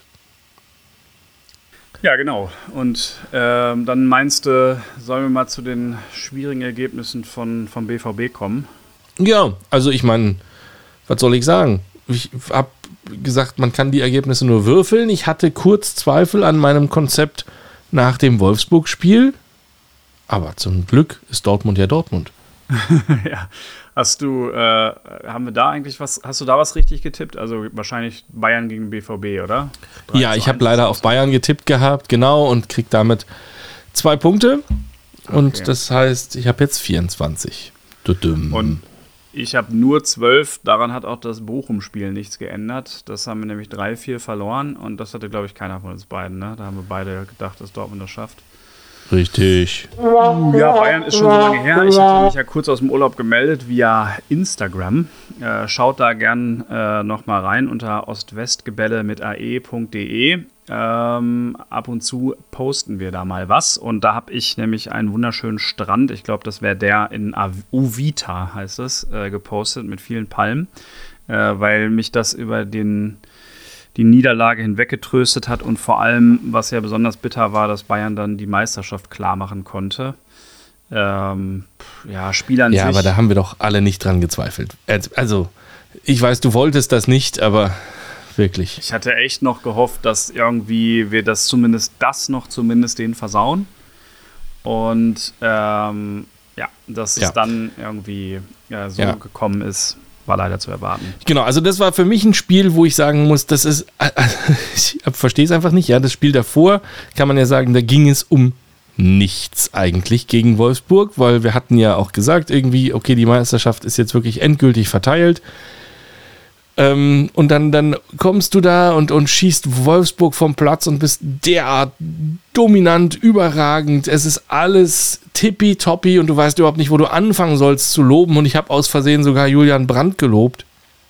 Speaker 3: Ja, genau. Und ähm, dann meinst du, sollen wir mal zu den schwierigen Ergebnissen von, vom B V B kommen?
Speaker 2: Ja, also ich meine, was soll ich sagen? Ich habe gesagt, man kann die Ergebnisse nur würfeln. Ich hatte kurz Zweifel an meinem Konzept nach dem Wolfsburg-Spiel. Aber zum Glück ist Dortmund ja Dortmund.
Speaker 3: Ja. Hast du, äh, haben wir da eigentlich was, hast du da was richtig getippt? Also wahrscheinlich Bayern gegen B V B, oder?
Speaker 2: Ja, ich habe leider auf Bayern getippt gehabt, genau, und krieg damit zwei Punkte. Und okay. Das heißt, ich habe jetzt vierundzwanzig.
Speaker 3: Und ich habe nur zwölf, daran hat auch das Bochum-Spiel nichts geändert. Das haben wir nämlich drei vier verloren und das hatte, glaube ich, keiner von uns beiden. Ne? Da haben wir beide gedacht, dass Dortmund das schafft.
Speaker 2: Richtig.
Speaker 3: Ja, Bayern ist schon so lange her. Ich hatte mich ja kurz aus dem Urlaub gemeldet via Instagram. Äh, schaut da gern äh, nochmal rein unter ostwestgebälle mit ae punkt de. Ähm, ab und zu posten wir da mal was. Und da habe ich nämlich einen wunderschönen Strand, ich glaube, das wäre der in Uvita, heißt es, äh, gepostet mit vielen Palmen, äh, weil mich das über den die Niederlage hinweggetröstet hat und vor allem, was ja besonders bitter war, dass Bayern dann die Meisterschaft klar machen konnte. Ähm, ja, Spiel an
Speaker 2: ja,
Speaker 3: sich.
Speaker 2: Aber da haben wir doch alle nicht dran gezweifelt. Also, ich weiß, du wolltest das nicht, aber wirklich.
Speaker 3: Ich hatte echt noch gehofft, dass irgendwie wir das zumindest, das noch zumindest denen versauen. Und ähm, ja, dass
Speaker 2: ja.
Speaker 3: es dann irgendwie ja, so
Speaker 2: ja.
Speaker 3: gekommen ist, war leider zu erwarten.
Speaker 2: Genau, also das war für mich ein Spiel, wo ich sagen muss, das ist, ich verstehe es einfach nicht, ja, das Spiel davor, kann man ja sagen, da ging es um nichts eigentlich gegen Wolfsburg, weil wir hatten ja auch gesagt, irgendwie, okay, die Meisterschaft ist jetzt wirklich endgültig verteilt. Ähm, und dann, dann kommst du da und, und schießt Wolfsburg vom Platz und bist derart dominant, überragend. Es ist alles tippitoppi und du weißt überhaupt nicht, wo du anfangen sollst zu loben. Und ich habe aus Versehen sogar Julian Brandt gelobt.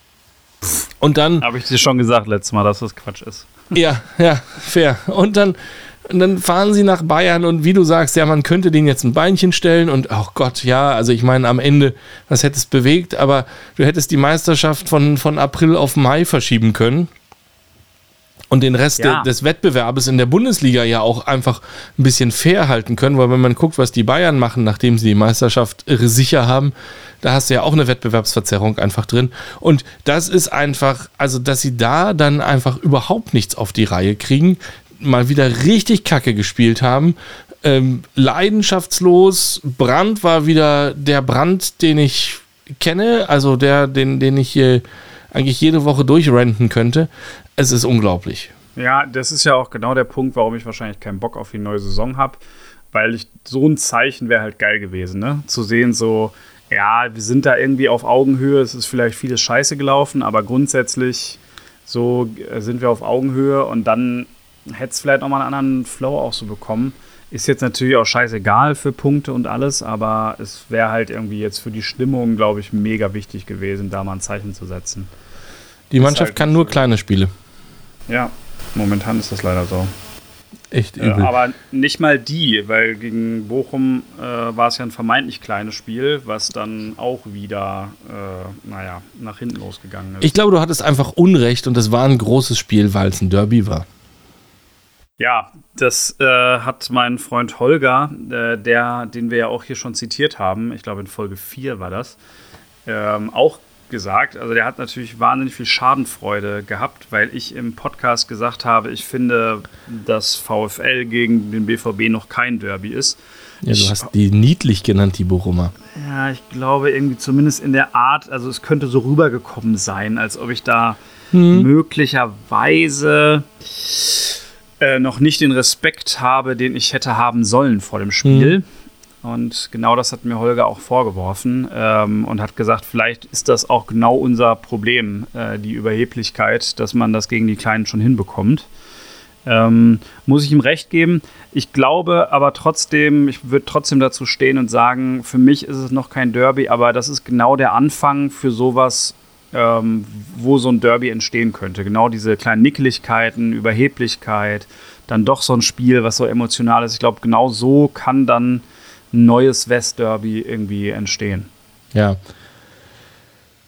Speaker 2: Und dann...
Speaker 3: Habe ich dir schon gesagt letztes Mal, dass das Quatsch ist.
Speaker 2: Ja, ja, fair. Und dann... Und dann fahren sie nach Bayern und wie du sagst, ja, man könnte denen jetzt ein Beinchen stellen und, oh Gott, ja, also ich meine, am Ende, was hättest bewegt, aber du hättest die Meisterschaft von, von April auf Mai verschieben können und den Rest
Speaker 3: ja.
Speaker 2: de, des Wettbewerbes in der Bundesliga ja auch einfach ein bisschen fair halten können, weil wenn man guckt, was die Bayern machen, nachdem sie die Meisterschaft sicher haben, da hast du ja auch eine Wettbewerbsverzerrung einfach drin und das ist einfach, also dass sie da dann einfach überhaupt nichts auf die Reihe kriegen, mal wieder richtig Kacke gespielt haben. Ähm, leidenschaftslos. Brandt war wieder der Brandt, den ich kenne, also der, den, den ich hier eigentlich jede Woche durchrenten könnte. Es ist unglaublich.
Speaker 3: Ja, das ist ja auch genau der Punkt, warum ich wahrscheinlich keinen Bock auf die neue Saison habe, weil ich so ein Zeichen wäre halt geil gewesen, ne? Zu sehen so, ja, wir sind da irgendwie auf Augenhöhe, es ist vielleicht vieles scheiße gelaufen, aber grundsätzlich so sind wir auf Augenhöhe und dann hätte es vielleicht nochmal einen anderen Flow auch so bekommen. Ist jetzt natürlich auch scheißegal für Punkte und alles, aber es wäre halt irgendwie jetzt für die Stimmung, glaube ich, mega wichtig gewesen, da mal ein Zeichen zu setzen.
Speaker 2: Die Mannschaft halt kann nur kleine Spiele.
Speaker 3: Ja, momentan ist das leider so.
Speaker 2: Echt übel.
Speaker 3: Äh, aber nicht mal die, weil gegen Bochum äh, war es ja ein vermeintlich kleines Spiel, was dann auch wieder, äh, naja, nach hinten losgegangen ist.
Speaker 2: Ich glaube, du hattest einfach Unrecht und es war ein großes Spiel, weil es ein Derby war.
Speaker 3: Ja, das äh, hat mein Freund Holger, äh, der, den wir ja auch hier schon zitiert haben, ich glaube in Folge vier war das, ähm, auch gesagt. Also der hat natürlich wahnsinnig viel Schadenfreude gehabt, weil ich im Podcast gesagt habe, ich finde, dass VfL gegen den B V B noch kein Derby ist.
Speaker 2: Ja, du hast die niedlich genannt, die Bochumer.
Speaker 3: Ja, ich glaube irgendwie zumindest in der Art, also es könnte so rübergekommen sein, als ob ich da hm. möglicherweise... Äh, noch nicht den Respekt habe, den ich hätte haben sollen vor dem Spiel. Mhm. Und genau das hat mir Holger auch vorgeworfen ähm, und hat gesagt, vielleicht ist das auch genau unser Problem, äh, die Überheblichkeit, dass man das gegen die Kleinen schon hinbekommt. Ähm, muss ich ihm recht geben. Ich glaube aber trotzdem, ich würde trotzdem dazu stehen und sagen, für mich ist es noch kein Derby, aber das ist genau der Anfang für sowas, Ähm, wo so ein Derby entstehen könnte. Genau diese kleinen Nickeligkeiten, Überheblichkeit, dann doch so ein Spiel, was so emotional ist. Ich glaube, genau so kann dann ein neues West-Derby irgendwie entstehen.
Speaker 2: Ja.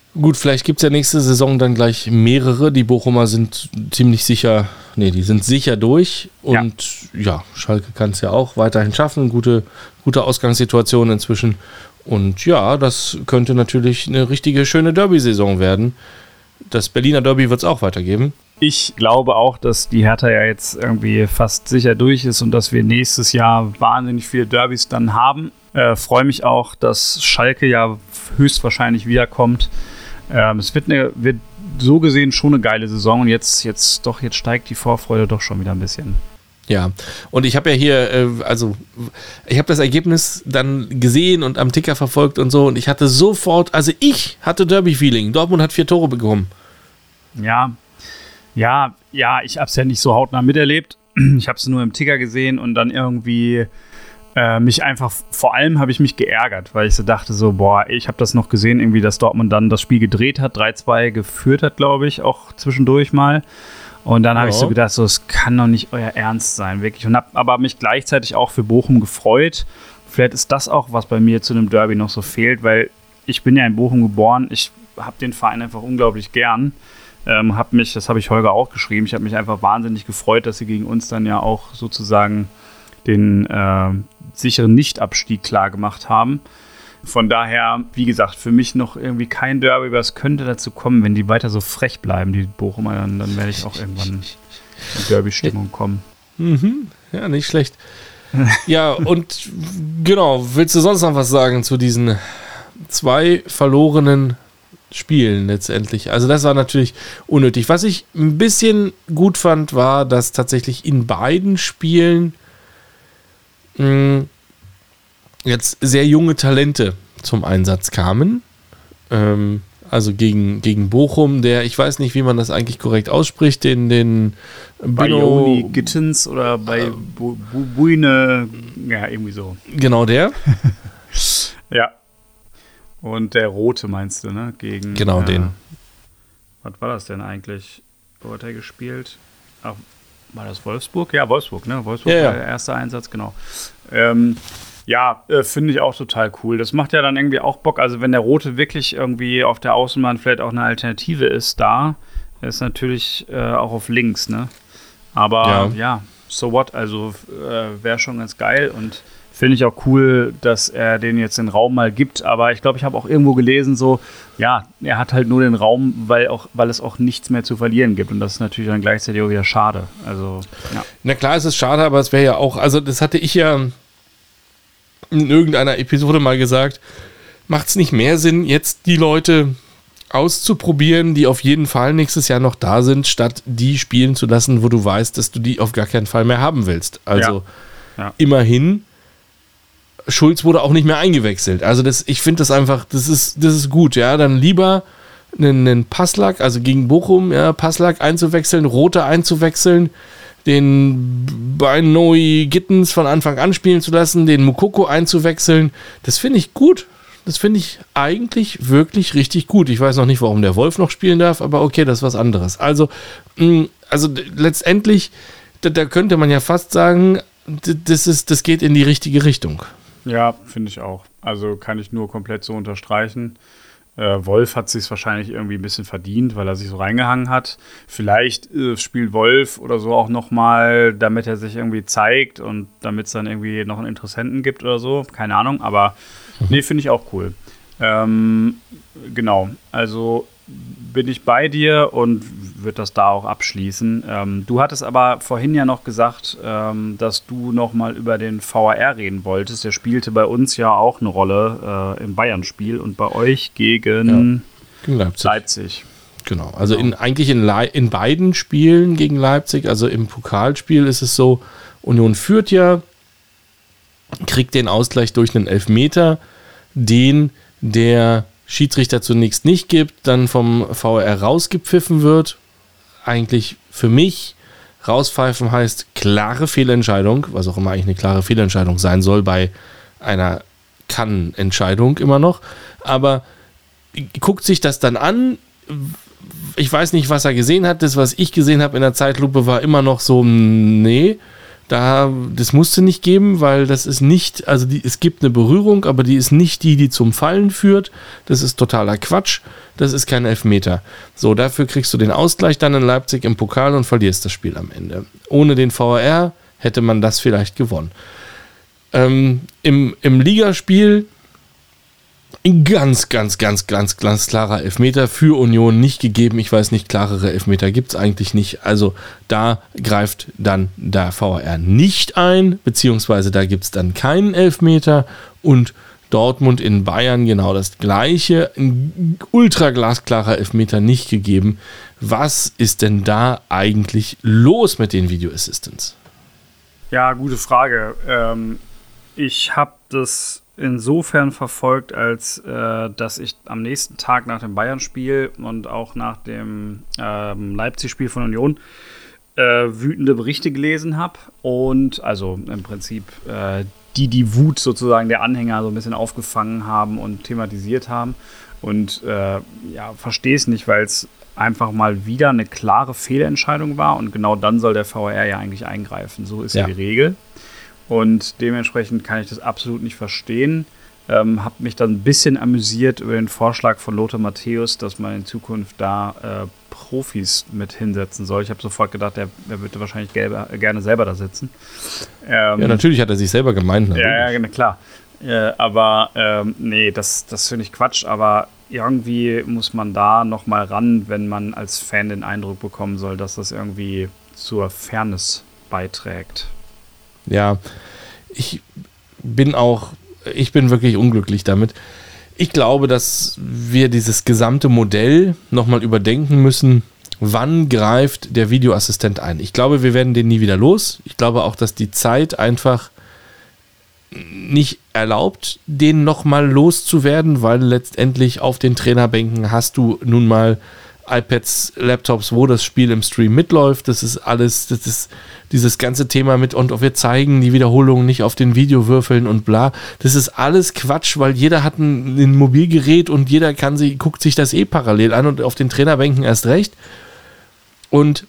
Speaker 2: Gut, vielleicht gibt es ja nächste Saison dann gleich mehrere. Die Bochumer sind ziemlich sicher, nee, die sind sicher durch. Und ja, ja Schalke kann es ja auch weiterhin schaffen. Gute, gute Ausgangssituation inzwischen. Und ja, das könnte natürlich eine richtige schöne Derby-Saison werden. Das Berliner Derby wird es auch weitergeben.
Speaker 3: Ich glaube auch, dass die Hertha ja jetzt irgendwie fast sicher durch ist und dass wir nächstes Jahr wahnsinnig viele Derbys dann haben. Äh, freue mich auch, dass Schalke ja höchstwahrscheinlich wiederkommt. Ähm, es wird, eine, wird so gesehen schon eine geile Saison und jetzt, jetzt doch, jetzt steigt die Vorfreude doch schon wieder ein bisschen.
Speaker 2: Ja, und ich habe ja hier, äh, also ich habe das Ergebnis dann gesehen und am Ticker verfolgt und so und ich hatte sofort, also ich hatte Derby-Feeling. Dortmund hat vier Tore bekommen.
Speaker 3: Ja, ja, ja, ich habe es ja nicht so hautnah miterlebt. Ich habe es nur im Ticker gesehen und dann irgendwie äh, mich einfach, vor allem habe ich mich geärgert, weil ich so dachte so, boah, ich habe das noch gesehen, irgendwie, dass Dortmund dann das Spiel gedreht hat, drei zwei geführt hat, glaube ich, auch zwischendurch mal. Und dann habe ja. ich so gedacht, so, es kann doch nicht euer Ernst sein, wirklich. Und habe aber mich gleichzeitig auch für Bochum gefreut. Vielleicht ist das auch, was bei mir zu einem Derby noch so fehlt, weil ich bin ja in Bochum geboren. Ich habe den Verein einfach unglaublich gern. Ähm, hab mich, das habe ich Holger auch geschrieben, ich habe mich einfach wahnsinnig gefreut, dass sie gegen uns dann ja auch sozusagen den äh, sicheren Nicht-Abstieg klar gemacht haben. Von daher, wie gesagt, für mich noch irgendwie kein Derby, aber es könnte dazu kommen, wenn die weiter so frech bleiben, die Bochumer, dann, dann werde ich auch irgendwann in Derby-Stimmung kommen.
Speaker 2: Mhm. Ja, nicht schlecht. Ja, und genau, willst du sonst noch was sagen zu diesen zwei verlorenen Spielen letztendlich? Also das war natürlich unnötig. Was ich ein bisschen gut fand, war, dass tatsächlich in beiden Spielen mh, jetzt sehr junge Talente zum Einsatz kamen. Ähm, also gegen, gegen Bochum, der, ich weiß nicht, wie man das eigentlich korrekt ausspricht, den, den
Speaker 3: Bajoni Gittens oder bei äh, Bu- Bu- Buine, ja, irgendwie so.
Speaker 2: Genau der.
Speaker 3: Ja. Und der Rote meinst du, ne? Gegen,
Speaker 2: genau
Speaker 3: äh,
Speaker 2: den.
Speaker 3: Was war das denn eigentlich? Wo hat er gespielt? Ach, war das Wolfsburg? Ja, Wolfsburg, ne? Wolfsburg
Speaker 2: ja,
Speaker 3: war
Speaker 2: ja.
Speaker 3: der erste Einsatz, genau. Ähm, ja, äh, finde ich auch total cool. Das macht ja dann irgendwie auch Bock. Also wenn der Rote wirklich irgendwie auf der Außenbahn vielleicht auch eine Alternative ist, da ist natürlich äh, auch auf links, ne? Aber ja, ja so what? Also äh, wäre schon ganz geil und finde ich auch cool, dass er den jetzt den Raum mal gibt. Aber ich glaube, ich habe auch irgendwo gelesen, so, ja, er hat halt nur den Raum, weil, auch, weil es auch nichts mehr zu verlieren gibt. Und das ist natürlich dann gleichzeitig auch wieder schade. Also, ja.
Speaker 2: Na klar, es ist schade, aber es wäre ja auch, also das hatte ich ja in irgendeiner Episode mal gesagt, macht es nicht mehr Sinn, jetzt die Leute auszuprobieren, die auf jeden Fall nächstes Jahr noch da sind, statt die spielen zu lassen, wo du weißt, dass du die auf gar keinen Fall mehr haben willst. Also
Speaker 3: ja. Ja.
Speaker 2: immerhin, Schulz wurde auch nicht mehr eingewechselt. Also das, ich finde das einfach, das ist, das ist gut, ja. Dann lieber einen, einen Passlack, also gegen Bochum, ja, Passlack einzuwechseln, Rote einzuwechseln, den Bajoni Gittens von Anfang an spielen zu lassen, den Moukoko einzuwechseln. Das finde ich gut. Das finde ich eigentlich wirklich richtig gut. Ich weiß noch nicht, warum der Wolf noch spielen darf, aber okay, das ist was anderes. Also, mh, also letztendlich, da, da könnte man ja fast sagen, das, ist, das geht in die richtige Richtung.
Speaker 3: Ja, finde ich auch. Also kann ich nur komplett so unterstreichen. Äh, Wolf hat sich wahrscheinlich irgendwie ein bisschen verdient, weil er sich so reingehangen hat. Vielleicht äh, spielt Wolf oder so auch nochmal, damit er sich irgendwie zeigt und damit es dann irgendwie noch einen Interessenten gibt oder so. Keine Ahnung, aber mhm. nee, finde ich auch cool. Ähm, genau, also bin ich bei dir und würde das da auch abschließen. Ähm, du hattest aber vorhin ja noch gesagt, ähm, dass du noch mal über den V A R reden wolltest. Der spielte bei uns ja auch eine Rolle äh, im Bayern-Spiel und bei euch gegen,
Speaker 2: ja, gegen Leipzig.
Speaker 3: Leipzig.
Speaker 2: Genau, also in, eigentlich in, Le- in beiden Spielen gegen Leipzig, also im Pokalspiel ist es so, Union führt ja, kriegt den Ausgleich durch einen Elfmeter, den der Schiedsrichter zunächst nicht gibt, dann vom V A R rausgepfiffen wird. Eigentlich für mich, rauspfeifen heißt klare Fehlentscheidung, was auch immer eigentlich eine klare Fehlentscheidung sein soll bei einer Kann-Entscheidung immer noch. Aber guckt sich das dann an. Ich weiß nicht, was er gesehen hat. Das, was ich gesehen habe in der Zeitlupe, war immer noch so, nee, Da, das musste nicht geben, weil das ist nicht, also die, es gibt eine Berührung, aber die ist nicht die, die zum Fallen führt. Das ist totaler Quatsch. Das ist kein Elfmeter. So, dafür kriegst du den Ausgleich dann in Leipzig im Pokal und verlierst das Spiel am Ende. Ohne den V A R hätte man das vielleicht gewonnen. Ähm, im, im Ligaspiel ein ganz, ganz, ganz, ganz, ganz klarer Elfmeter für Union nicht gegeben. Ich weiß nicht, klarere Elfmeter gibt es eigentlich nicht. Also da greift dann der V A R nicht ein, beziehungsweise da gibt es dann keinen Elfmeter. Und Dortmund in Bayern genau das Gleiche. Ein ultra glasklarer Elfmeter nicht gegeben. Was ist denn da eigentlich los mit den Video Assistants?
Speaker 3: Ja, gute Frage. Ähm, ich habe das insofern verfolgt, als äh, dass ich am nächsten Tag nach dem Bayern-Spiel und auch nach dem ähm, Leipzig-Spiel von Union äh, wütende Berichte gelesen habe und also im Prinzip äh, die die Wut sozusagen der Anhänger so ein bisschen aufgefangen haben und thematisiert haben und äh, ja, verstehe es nicht, weil es einfach mal wieder eine klare Fehlentscheidung war und genau dann soll der V A R ja eigentlich eingreifen. So ist ja die Regel. Und dementsprechend kann ich das absolut nicht verstehen. Ähm, habe mich dann ein bisschen amüsiert über den Vorschlag von Lothar Matthäus, dass man in Zukunft da äh, Profis mit hinsetzen soll. Ich habe sofort gedacht, er, er würde wahrscheinlich gelbe, gerne selber da sitzen. Ähm,
Speaker 2: ja, natürlich hat er sich selber gemeint.
Speaker 3: Ja, ja, klar. Äh, aber ähm, nee, das, das finde ich Quatsch. Aber irgendwie muss man da nochmal ran, wenn man als Fan den Eindruck bekommen soll, dass das irgendwie zur Fairness beiträgt.
Speaker 2: Ja, ich bin auch, ich bin wirklich unglücklich damit. Ich glaube, dass wir dieses gesamte Modell nochmal überdenken müssen. Wann greift der Videoassistent ein? Ich glaube, wir werden den nie wieder los. Ich glaube auch, dass die Zeit einfach nicht erlaubt, den nochmal loszuwerden, weil letztendlich auf den Trainerbänken hast du nun mal iPads, Laptops, wo das Spiel im Stream mitläuft. Das ist alles, das ist dieses ganze Thema mit und wir zeigen die Wiederholungen nicht auf den Videowürfeln und bla. Das ist alles Quatsch, weil jeder hat ein, ein Mobilgerät und jeder kann sich, guckt sich das eh parallel an und auf den Trainerbänken erst recht. Und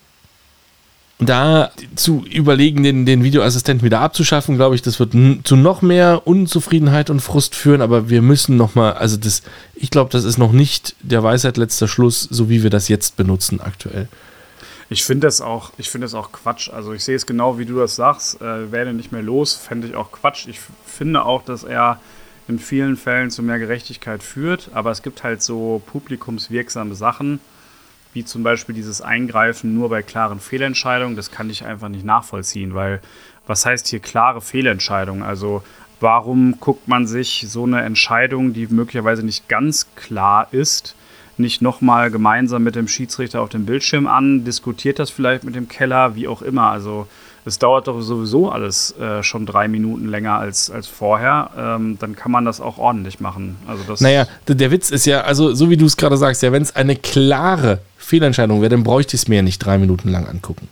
Speaker 2: da zu überlegen, den, den Videoassistenten wieder abzuschaffen, glaube ich, das wird n- zu noch mehr Unzufriedenheit und Frust führen, aber wir müssen nochmal, also das, ich glaube, das ist noch nicht der Weisheit letzter Schluss, so wie wir das jetzt benutzen aktuell.
Speaker 3: Ich finde das auch, ich finde das auch Quatsch. Also ich sehe es genau, wie du das sagst, äh, werde nicht mehr los, fände ich auch Quatsch. Ich f- finde auch, dass er in vielen Fällen zu mehr Gerechtigkeit führt, aber es gibt halt so publikumswirksame Sachen, wie zum Beispiel dieses Eingreifen nur bei klaren Fehlentscheidungen, das kann ich einfach nicht nachvollziehen, weil was heißt hier klare Fehlentscheidung? Also warum guckt man sich so eine Entscheidung, die möglicherweise nicht ganz klar ist, nicht nochmal gemeinsam mit dem Schiedsrichter auf dem Bildschirm an, diskutiert das vielleicht mit dem Keller, wie auch immer. Also es dauert doch sowieso alles äh, schon drei Minuten länger als, als vorher. Ähm, dann kann man das auch ordentlich machen. Also das
Speaker 2: naja, der, der Witz ist ja, also so wie du es gerade sagst, ja, wenn es eine klare Fehlentscheidung wäre, dann bräuchte ich es mir ja nicht drei Minuten lang angucken.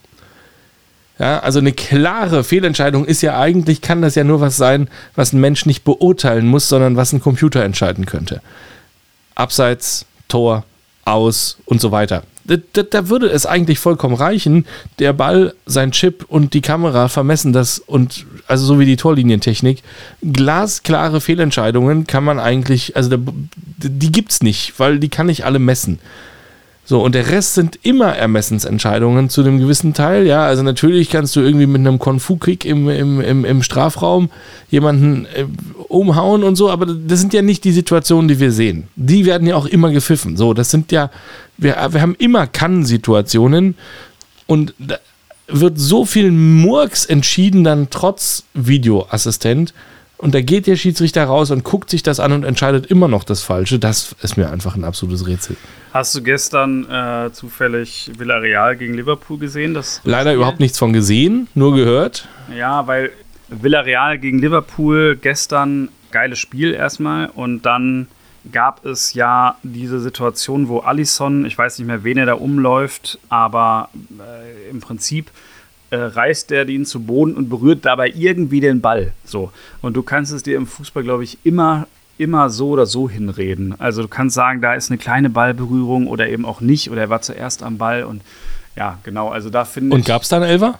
Speaker 2: Ja, also eine klare Fehlentscheidung ist ja eigentlich, kann das ja nur was sein, was ein Mensch nicht beurteilen muss, sondern was ein Computer entscheiden könnte. Abseits, Tor, aus und so weiter. Da, da, da würde es eigentlich vollkommen reichen, der Ball, sein Chip und die Kamera vermessen das und, also so wie die Torlinientechnik, glasklare Fehlentscheidungen kann man eigentlich, also da, die gibt's nicht, weil die kann ich alle messen. So, und der Rest sind immer Ermessensentscheidungen zu einem gewissen Teil, ja, also natürlich kannst du irgendwie mit einem Kung-Fu-Kick im, im, im, im Strafraum jemanden äh, umhauen und so, aber das sind ja nicht die Situationen, die wir sehen. Die werden ja auch immer gepfiffen. So, das sind ja, wir, wir haben immer Kann-Situationen und da wird so viel Murks entschieden dann trotz Videoassistent und da geht der Schiedsrichter raus und guckt sich das an und entscheidet immer noch das Falsche. Das ist mir einfach ein absolutes Rätsel.
Speaker 3: Hast du gestern äh, zufällig Villarreal gegen Liverpool gesehen? Das
Speaker 2: Leider Spiel? Überhaupt nichts von gesehen, nur gehört.
Speaker 3: Ja, weil Villarreal gegen Liverpool gestern, geiles Spiel erstmal. Und dann gab es ja diese Situation, wo Alisson, ich weiß nicht mehr, wen er da umläuft, aber äh, im Prinzip äh, reißt er ihn zu Boden und berührt dabei irgendwie den Ball. So. Und du kannst es dir im Fußball, glaube ich, immer immer so oder so hinreden. Also du kannst sagen, da ist eine kleine Ballberührung oder eben auch nicht oder er war zuerst am Ball und ja, genau, also da finde ich...
Speaker 2: Und gab es da einen Elfer?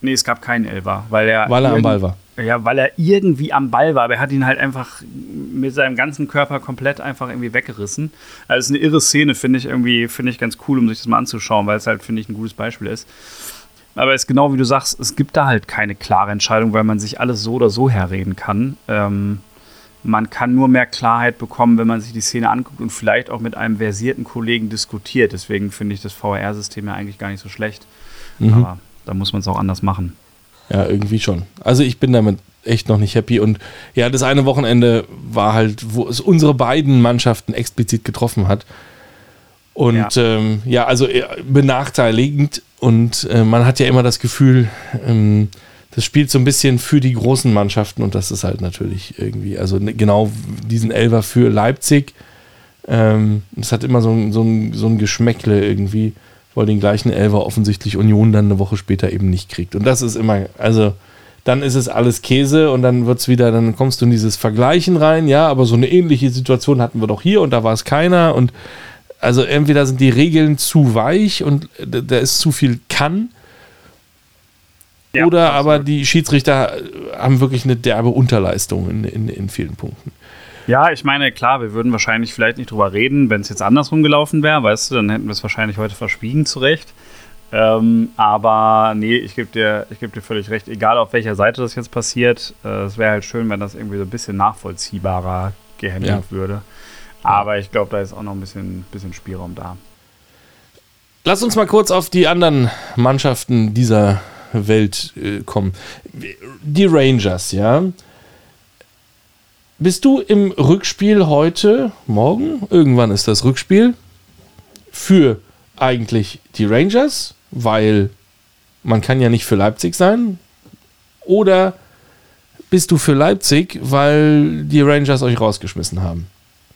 Speaker 3: Nee, es gab keinen Elfer, weil er,
Speaker 2: weil er am Ball war.
Speaker 3: Ja, weil er irgendwie am Ball war, aber er hat ihn halt einfach mit seinem ganzen Körper komplett einfach irgendwie weggerissen. Also es ist eine irre Szene, finde ich irgendwie, finde ich ganz cool, um sich das mal anzuschauen, weil es halt, finde ich, ein gutes Beispiel ist. Aber es ist genau wie du sagst, es gibt da halt keine klare Entscheidung, weil man sich alles so oder so herreden kann. Ähm, man kann nur mehr Klarheit bekommen, wenn man sich die Szene anguckt und vielleicht auch mit einem versierten Kollegen diskutiert. Deswegen finde ich das V A R-System ja eigentlich gar nicht so schlecht. Mhm. Aber da muss man es auch anders machen.
Speaker 2: Ja, irgendwie schon. Also ich bin damit echt noch nicht happy. Und ja, das eine Wochenende war halt, wo es unsere beiden Mannschaften explizit getroffen hat. Und ja, ähm, ja also benachteiligend. Und äh, man hat ja immer das Gefühl, ähm, das spielt so ein bisschen für die großen Mannschaften. Und das ist halt natürlich irgendwie, also genau diesen Elfer für Leipzig. Ähm, das hat immer so ein, so ein, so ein Geschmäckle irgendwie, weil den gleichen Elfer offensichtlich Union dann eine Woche später eben nicht kriegt. Und das ist immer, also dann ist es alles Käse und dann wird's wieder, dann kommst du in dieses Vergleichen rein, ja, aber so eine ähnliche Situation hatten wir doch hier und da war es keiner und also entweder sind die Regeln zu weich und da ist zu viel kann, ja, oder absolut. Aber die Schiedsrichter haben wirklich eine derbe Unterleistung in, in, in vielen Punkten.
Speaker 3: Ja, ich meine, klar, wir würden wahrscheinlich vielleicht nicht drüber reden, wenn es jetzt andersrum gelaufen wäre, weißt du, dann hätten wir es wahrscheinlich heute verschwiegen, zu Recht. Ähm, aber nee, ich gebe dir, ich geb dir völlig recht, egal auf welcher Seite das jetzt passiert, äh, es wäre halt schön, wenn das irgendwie so ein bisschen nachvollziehbarer gehandelt ja. würde. Aber ich glaube, da ist auch noch ein bisschen, bisschen Spielraum da.
Speaker 2: Lass uns mal kurz auf die anderen Mannschaften dieser Welt äh, kommen. Die Rangers, ja. Bist du im Rückspiel heute, morgen, irgendwann ist das Rückspiel, für eigentlich die Rangers, weil man kann ja nicht für Leipzig sein, oder bist du für Leipzig, weil die Rangers euch rausgeschmissen haben?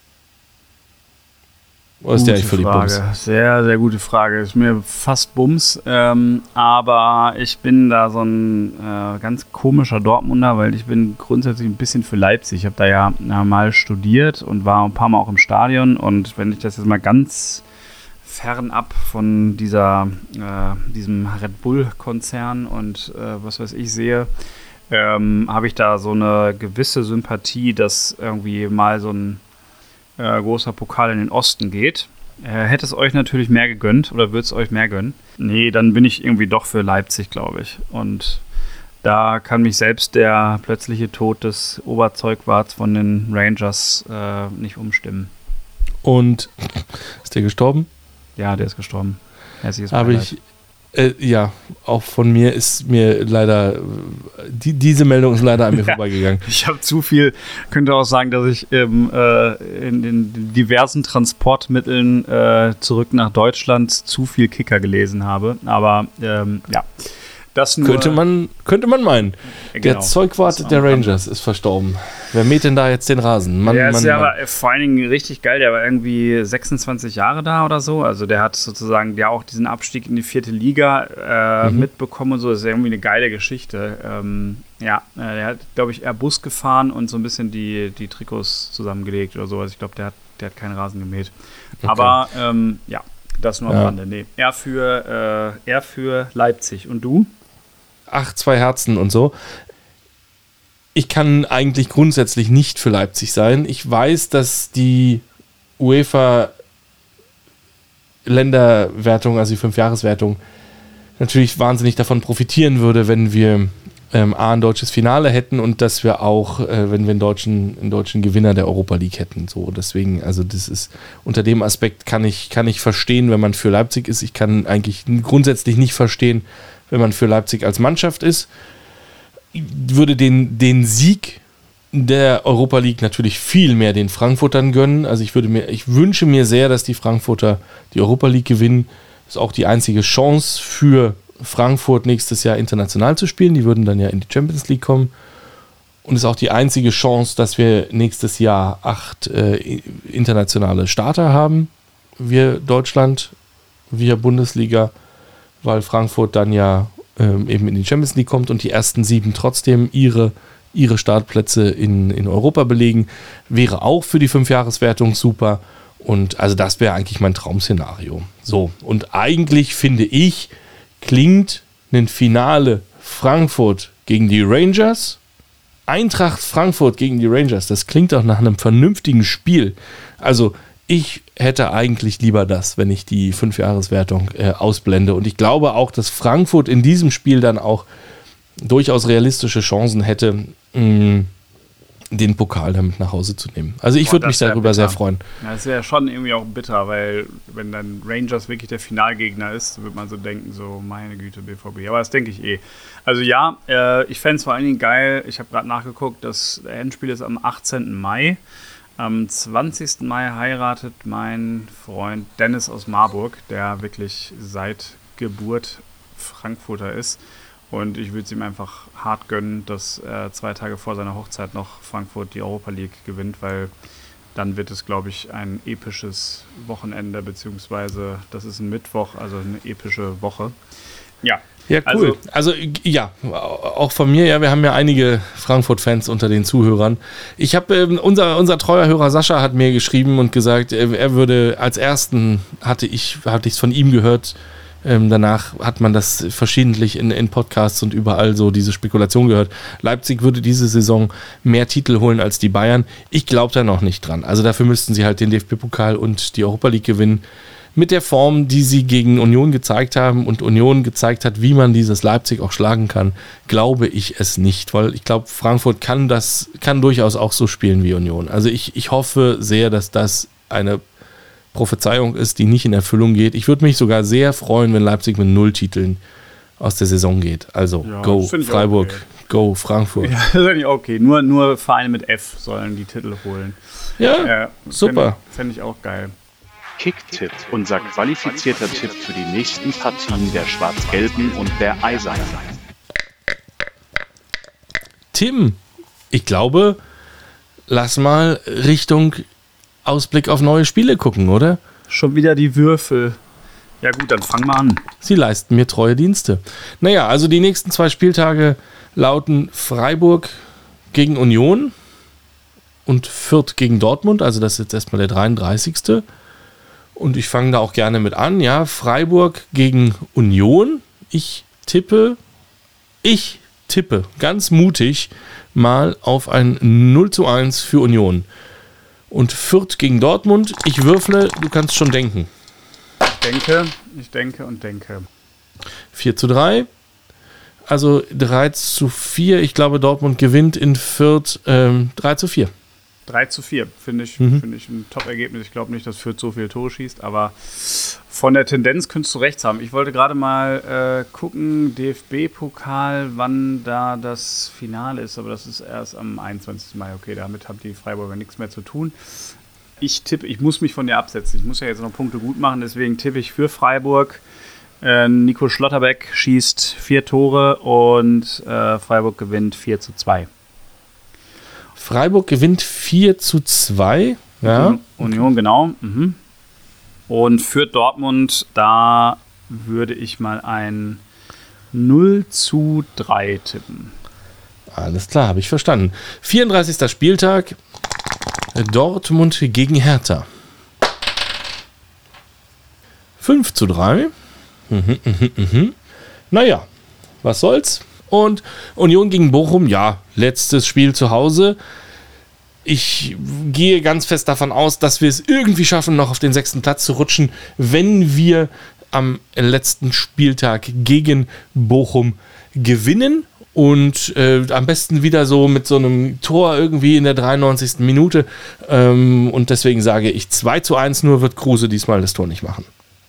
Speaker 2: Oder ist der eigentlich völlig Bums?
Speaker 3: Sehr, sehr gute Frage. Ist mir fast Bums. Ähm, aber ich bin da so ein äh, ganz komischer Dortmunder, weil ich bin grundsätzlich ein bisschen für Leipzig. Ich habe da ja, ja mal studiert und war ein paar Mal auch im Stadion. Und wenn ich das jetzt mal ganz fernab von dieser, äh, diesem Red Bull-Konzern und äh, was weiß ich sehe, ähm, habe ich da so eine gewisse Sympathie, dass irgendwie mal so ein Äh, großer Pokal in den Osten geht. Äh, hätte es euch natürlich mehr gegönnt oder würde es euch mehr gönnen? Nee, dann bin ich irgendwie doch für Leipzig, glaube ich. Und da kann mich selbst der plötzliche Tod des Oberzeugwarts von den Rangers äh, nicht umstimmen.
Speaker 2: Und ist der gestorben?
Speaker 3: Ja, der ist gestorben. Herzliches
Speaker 2: Habe ich Äh, ja, auch von mir ist mir leider, die, diese Meldung ist leider an mir ja, vorbeigegangen.
Speaker 3: Ich habe zu viel, könnte auch sagen, dass ich ähm, äh, in den diversen Transportmitteln äh, zurück nach Deutschland zu viel Kicker gelesen habe. Aber ähm, ja, das nur,
Speaker 2: könnte man, könnte man meinen. Genau, der Zeugwart der Rangers ist verstorben. Wer mäht denn da jetzt den Rasen? Mann,
Speaker 3: der ist
Speaker 2: Mann,
Speaker 3: ja
Speaker 2: Mann.
Speaker 3: aber vor allen Dingen richtig geil. Der war irgendwie sechsundzwanzig Jahre da oder so. Also der hat sozusagen ja auch diesen Abstieg in die vierte Liga äh, mhm. mitbekommen und so. Das ist ja irgendwie eine geile Geschichte. Ähm, ja, äh, der hat, glaube ich, eher Bus gefahren und so ein bisschen die, die Trikots zusammengelegt oder so. Also ich glaube, der hat, der hat keinen Rasen gemäht. Okay. Aber ähm, ja, das nur am
Speaker 2: ja.
Speaker 3: Rande. Nee, er für, äh, er für Leipzig. Und du?
Speaker 2: Ach, zwei Herzen und so. Ich kann eigentlich grundsätzlich nicht für Leipzig sein. Ich weiß, dass die UEFA Länderwertung, also die Fünfjahreswertung, natürlich wahnsinnig davon profitieren würde, wenn wir ähm, A, ein deutsches Finale hätten und dass wir auch, äh, wenn wir einen deutschen, einen deutschen Gewinner der Europa League hätten. So, deswegen, also das ist, unter dem Aspekt kann ich, kann ich verstehen, wenn man für Leipzig ist. Ich kann eigentlich grundsätzlich nicht verstehen, wenn man für Leipzig als Mannschaft ist. Ich würde den, den Sieg der Europa League natürlich viel mehr den Frankfurtern gönnen. Also ich würde mir, ich wünsche mir sehr, dass die Frankfurter die Europa League gewinnen. Das ist auch die einzige Chance für Frankfurt nächstes Jahr international zu spielen. Die würden dann ja in die Champions League kommen. Und es ist auch die einzige Chance, dass wir nächstes Jahr acht äh, internationale Starter haben. Wir Deutschland, wir Bundesliga, weil Frankfurt dann ja ähm, eben in die Champions League kommt und die ersten sieben trotzdem ihre, ihre Startplätze in, in Europa belegen. Wäre auch für die Fünfjahreswertung super. Und also das wäre eigentlich mein Traum-Szenario. So, und eigentlich finde ich, klingt ein Finale Frankfurt gegen die Rangers, Eintracht Frankfurt gegen die Rangers. Das klingt doch nach einem vernünftigen Spiel. Also ich hätte eigentlich lieber das, wenn ich die Fünfjahreswertung äh, ausblende. Und ich glaube auch, dass Frankfurt in diesem Spiel dann auch durchaus realistische Chancen hätte, mh, den Pokal damit nach Hause zu nehmen. Also ich würde mich darüber sehr freuen.
Speaker 3: Ja, das wäre schon irgendwie auch bitter, weil wenn dann Rangers wirklich der Finalgegner ist, wird man so denken, so meine Güte, B V B. Aber das denke ich eh. Also ja, äh, ich fände es vor allen Dingen geil, ich habe gerade nachgeguckt, das Endspiel ist am achtzehnten Mai. Am zwanzigsten Mai heiratet mein Freund Dennis aus Marburg, der wirklich seit Geburt Frankfurter ist. Und ich würde es ihm einfach hart gönnen, dass er zwei Tage vor seiner Hochzeit noch Frankfurt die Europa League gewinnt, weil dann wird es, glaube ich, ein episches Wochenende, beziehungsweise das ist ein Mittwoch, also eine epische Woche. Ja.
Speaker 2: Ja, cool. Also, also ja, auch von mir, ja, wir haben ja einige Frankfurt-Fans unter den Zuhörern. Ich habe, äh, unser, unser treuer Hörer Sascha hat mir geschrieben und gesagt, äh, er würde als ersten, hatte ich hatte ich es von ihm gehört, ähm, danach hat man das verschiedentlich in, in Podcasts und überall so diese Spekulation gehört. Leipzig würde diese Saison mehr Titel holen als die Bayern. Ich glaube da noch nicht dran. Also dafür müssten sie halt den D F B-Pokal und die Europa League gewinnen. Mit der Form, die sie gegen Union gezeigt haben und Union gezeigt hat, wie man dieses Leipzig auch schlagen kann, glaube ich es nicht, weil ich glaube, Frankfurt kann das, kann durchaus auch so spielen wie Union. Also ich, ich hoffe sehr, dass das eine Prophezeiung ist, die nicht in Erfüllung geht. Ich würde mich sogar sehr freuen, wenn Leipzig mit null Titeln aus der Saison geht. Also ja, go Freiburg, okay. Go Frankfurt.
Speaker 3: Ja, das finde ich okay. Nur, nur Vereine mit F sollen die Titel holen.
Speaker 2: Ja, äh, super.
Speaker 3: Fände ich auch geil.
Speaker 1: Kicktipp, unser qualifizierter Tipp für die nächsten Partien der Schwarz-Gelben und der Eisernen.
Speaker 2: Tim, ich glaube, lass mal Richtung Ausblick auf neue Spiele gucken, oder?
Speaker 3: Schon wieder die Würfel. Ja gut, dann fangen wir an.
Speaker 2: Sie leisten mir treue Dienste. Naja, also die nächsten zwei Spieltage lauten Freiburg gegen Union und Fürth gegen Dortmund. Also das ist jetzt erstmal der dreiunddreißigste Und ich fange da auch gerne mit an. Ja, Freiburg gegen Union. Ich tippe, ich tippe ganz mutig mal auf ein null zu eins für Union. Und Fürth gegen Dortmund. Ich würfle, du kannst schon denken.
Speaker 3: Ich denke, ich denke und denke.
Speaker 2: vier zu drei. Also drei zu vier. Ich glaube, Dortmund gewinnt in Fürth ähm, drei zu vier.
Speaker 3: drei zu vier, finde ich, mhm. find ich ein Top-Ergebnis. Ich glaube nicht, dass Fürth so viele Tore schießt, aber von der Tendenz könntest du rechts haben. Ich wollte gerade mal äh, gucken, D F B-Pokal, wann da das Finale ist, aber das ist erst am einundzwanzigsten Mai. Okay, damit haben die Freiburger nichts mehr zu tun. Ich tippe, ich muss mich von der absetzen. Ich muss ja jetzt noch Punkte gut machen, deswegen tippe ich für Freiburg. Äh, Nico Schlotterbeck schießt vier Tore und äh, Freiburg gewinnt vier zu zwei.
Speaker 2: Freiburg gewinnt vier zu zwei. Ja.
Speaker 3: Union, genau. Mhm. Und für Dortmund, da würde ich mal ein null zu drei tippen.
Speaker 2: Alles klar, habe ich verstanden. vierunddreißigster Spieltag. Dortmund gegen Hertha. fünf zu drei. Mhm, mhm, mhm. Naja, was soll's? Und Union gegen Bochum, ja, letztes Spiel zu Hause. Ich gehe ganz fest davon aus, dass wir es irgendwie schaffen, noch auf den sechsten Platz zu rutschen, wenn wir am letzten Spieltag gegen Bochum gewinnen. Und äh, am besten wieder so mit so einem Tor irgendwie in der dreiundneunzigsten Minute. Ähm, und deswegen sage ich zwei zu eins, nur wird Kruse diesmal das Tor nicht machen.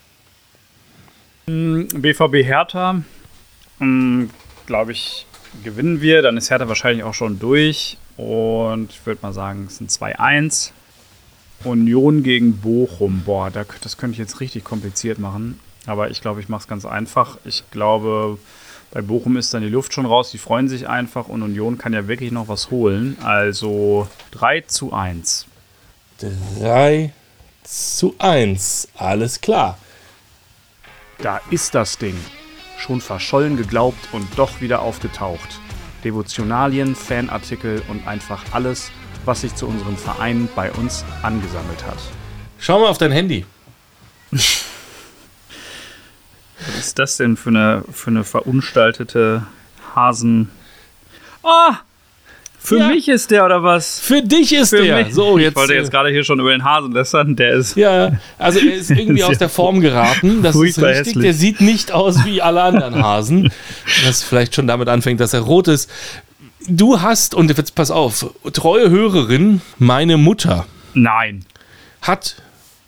Speaker 3: B V B Hertha, glaube ich, gewinnen wir. Dann ist Hertha wahrscheinlich auch schon durch. Und ich würde mal sagen, es sind zwei eins. Union gegen Bochum. Boah, das könnte ich jetzt richtig kompliziert machen. Aber ich glaube, ich mache es ganz einfach. Ich glaube, bei Bochum ist dann die Luft schon raus. Die freuen sich einfach. Und Union kann ja wirklich noch was holen. Also drei zu eins.
Speaker 2: drei zu eins. Alles klar.
Speaker 3: Da ist das Ding. Schon verschollen geglaubt und doch wieder aufgetaucht. Devotionalien, Fanartikel und einfach alles, was sich zu unserem Verein bei uns angesammelt hat.
Speaker 2: Schau mal auf dein Handy.
Speaker 3: Was ist das denn für eine, für eine verunstaltete Hasen. Ah! Für ja. mich ist der, oder was?
Speaker 2: Für dich ist
Speaker 3: Für
Speaker 2: der.
Speaker 3: Mich.
Speaker 2: So, jetzt,
Speaker 3: ich wollte jetzt gerade hier schon über den Hasen lästern. Der ist.
Speaker 2: Ja, also er ist irgendwie aus der Form geraten. Das ist richtig. Hässlich. Der sieht nicht aus wie alle anderen Hasen. Das vielleicht schon damit anfängt, dass er rot ist. Du hast, und jetzt pass auf, treue Hörerin, meine Mutter.
Speaker 3: Nein.
Speaker 2: Hat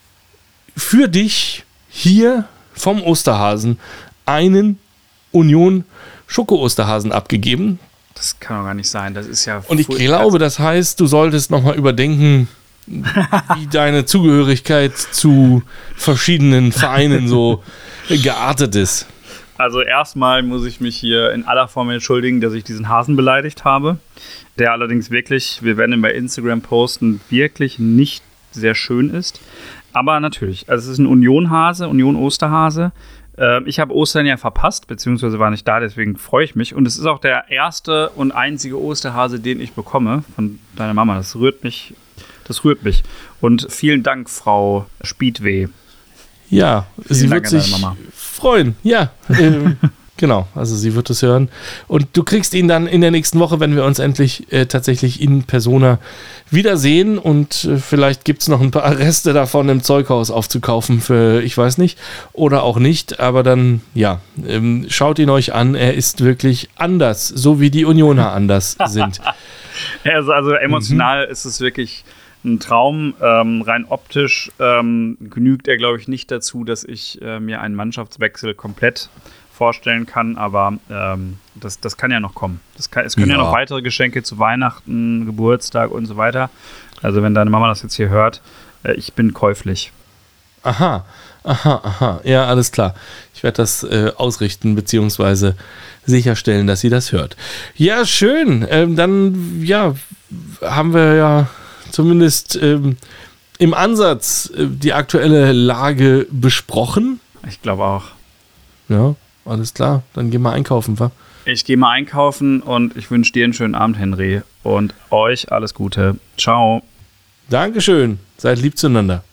Speaker 2: für dich hier vom Osterhasen einen Union Schoko-Osterhasen abgegeben.
Speaker 3: Das kann doch gar nicht sein. Das ist ja.
Speaker 2: Und ich glaube, das heißt, du solltest nochmal überdenken, wie deine Zugehörigkeit zu verschiedenen Vereinen so geartet ist.
Speaker 3: Also erstmal muss ich mich hier in aller Form entschuldigen, dass ich diesen Hasen beleidigt habe. Der allerdings wirklich, wir werden ihn bei Instagram posten, wirklich nicht sehr schön ist. Aber natürlich, also es ist ein Union-Hase, Union-Osterhase. Ich habe Ostern ja verpasst, beziehungsweise war nicht da, deswegen freue ich mich. Und es ist auch der erste und einzige Osterhase, den ich bekomme von deiner Mama. Das rührt mich, das rührt mich. Und vielen Dank, Frau Speedway.
Speaker 2: Ja, vielen sie Dank wird sich freuen. Ja, ähm, genau. Also sie wird es hören. Und du kriegst ihn dann in der nächsten Woche, wenn wir uns endlich äh, tatsächlich in Persona wiedersehen. Und äh, vielleicht gibt es noch ein paar Reste davon im Zeughaus aufzukaufen für, ich weiß nicht, oder auch nicht. Aber dann, ja, ähm, schaut ihn euch an. Er ist wirklich anders, so wie die Unioner anders sind.
Speaker 3: Also, also emotional mhm. ist es wirklich ein Traum. Ähm, rein optisch ähm, genügt er, glaube ich, nicht dazu, dass ich äh, mir einen Mannschaftswechsel komplett vorstellen kann, aber ähm, das, das kann ja noch kommen. Das kann, es können ja. ja noch weitere Geschenke zu Weihnachten, Geburtstag und so weiter. Also wenn deine Mama das jetzt hier hört, äh, ich bin käuflich.
Speaker 2: Aha, aha, aha. Ja, alles klar. Ich werde das äh, ausrichten, beziehungsweise sicherstellen, dass sie das hört. Ja, schön. Ähm, dann, ja, haben wir ja zumindest ähm, im Ansatz äh, die aktuelle Lage besprochen.
Speaker 3: Ich glaube auch.
Speaker 2: Ja, alles klar. Dann gehen wir einkaufen, wa?
Speaker 3: Ich gehe mal einkaufen und ich wünsche dir einen schönen Abend, Henry. Und euch alles Gute. Ciao.
Speaker 2: Dankeschön. Seid lieb zueinander.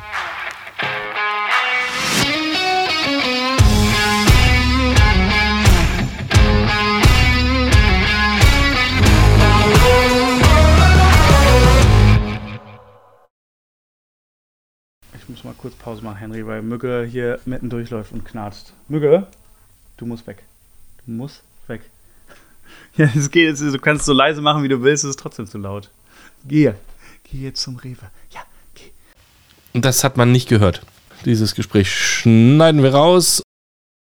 Speaker 3: Ich muss mal kurz Pause machen, Henry, weil Mügge hier mitten durchläuft und knarzt. Mügge, du musst weg. Du musst weg. Ja, es geht. Du kannst so leise machen, wie du willst, es ist trotzdem zu laut. Geh. Geh jetzt zum Rewe. Ja, geh.
Speaker 2: Und das hat man nicht gehört. Dieses Gespräch schneiden wir raus.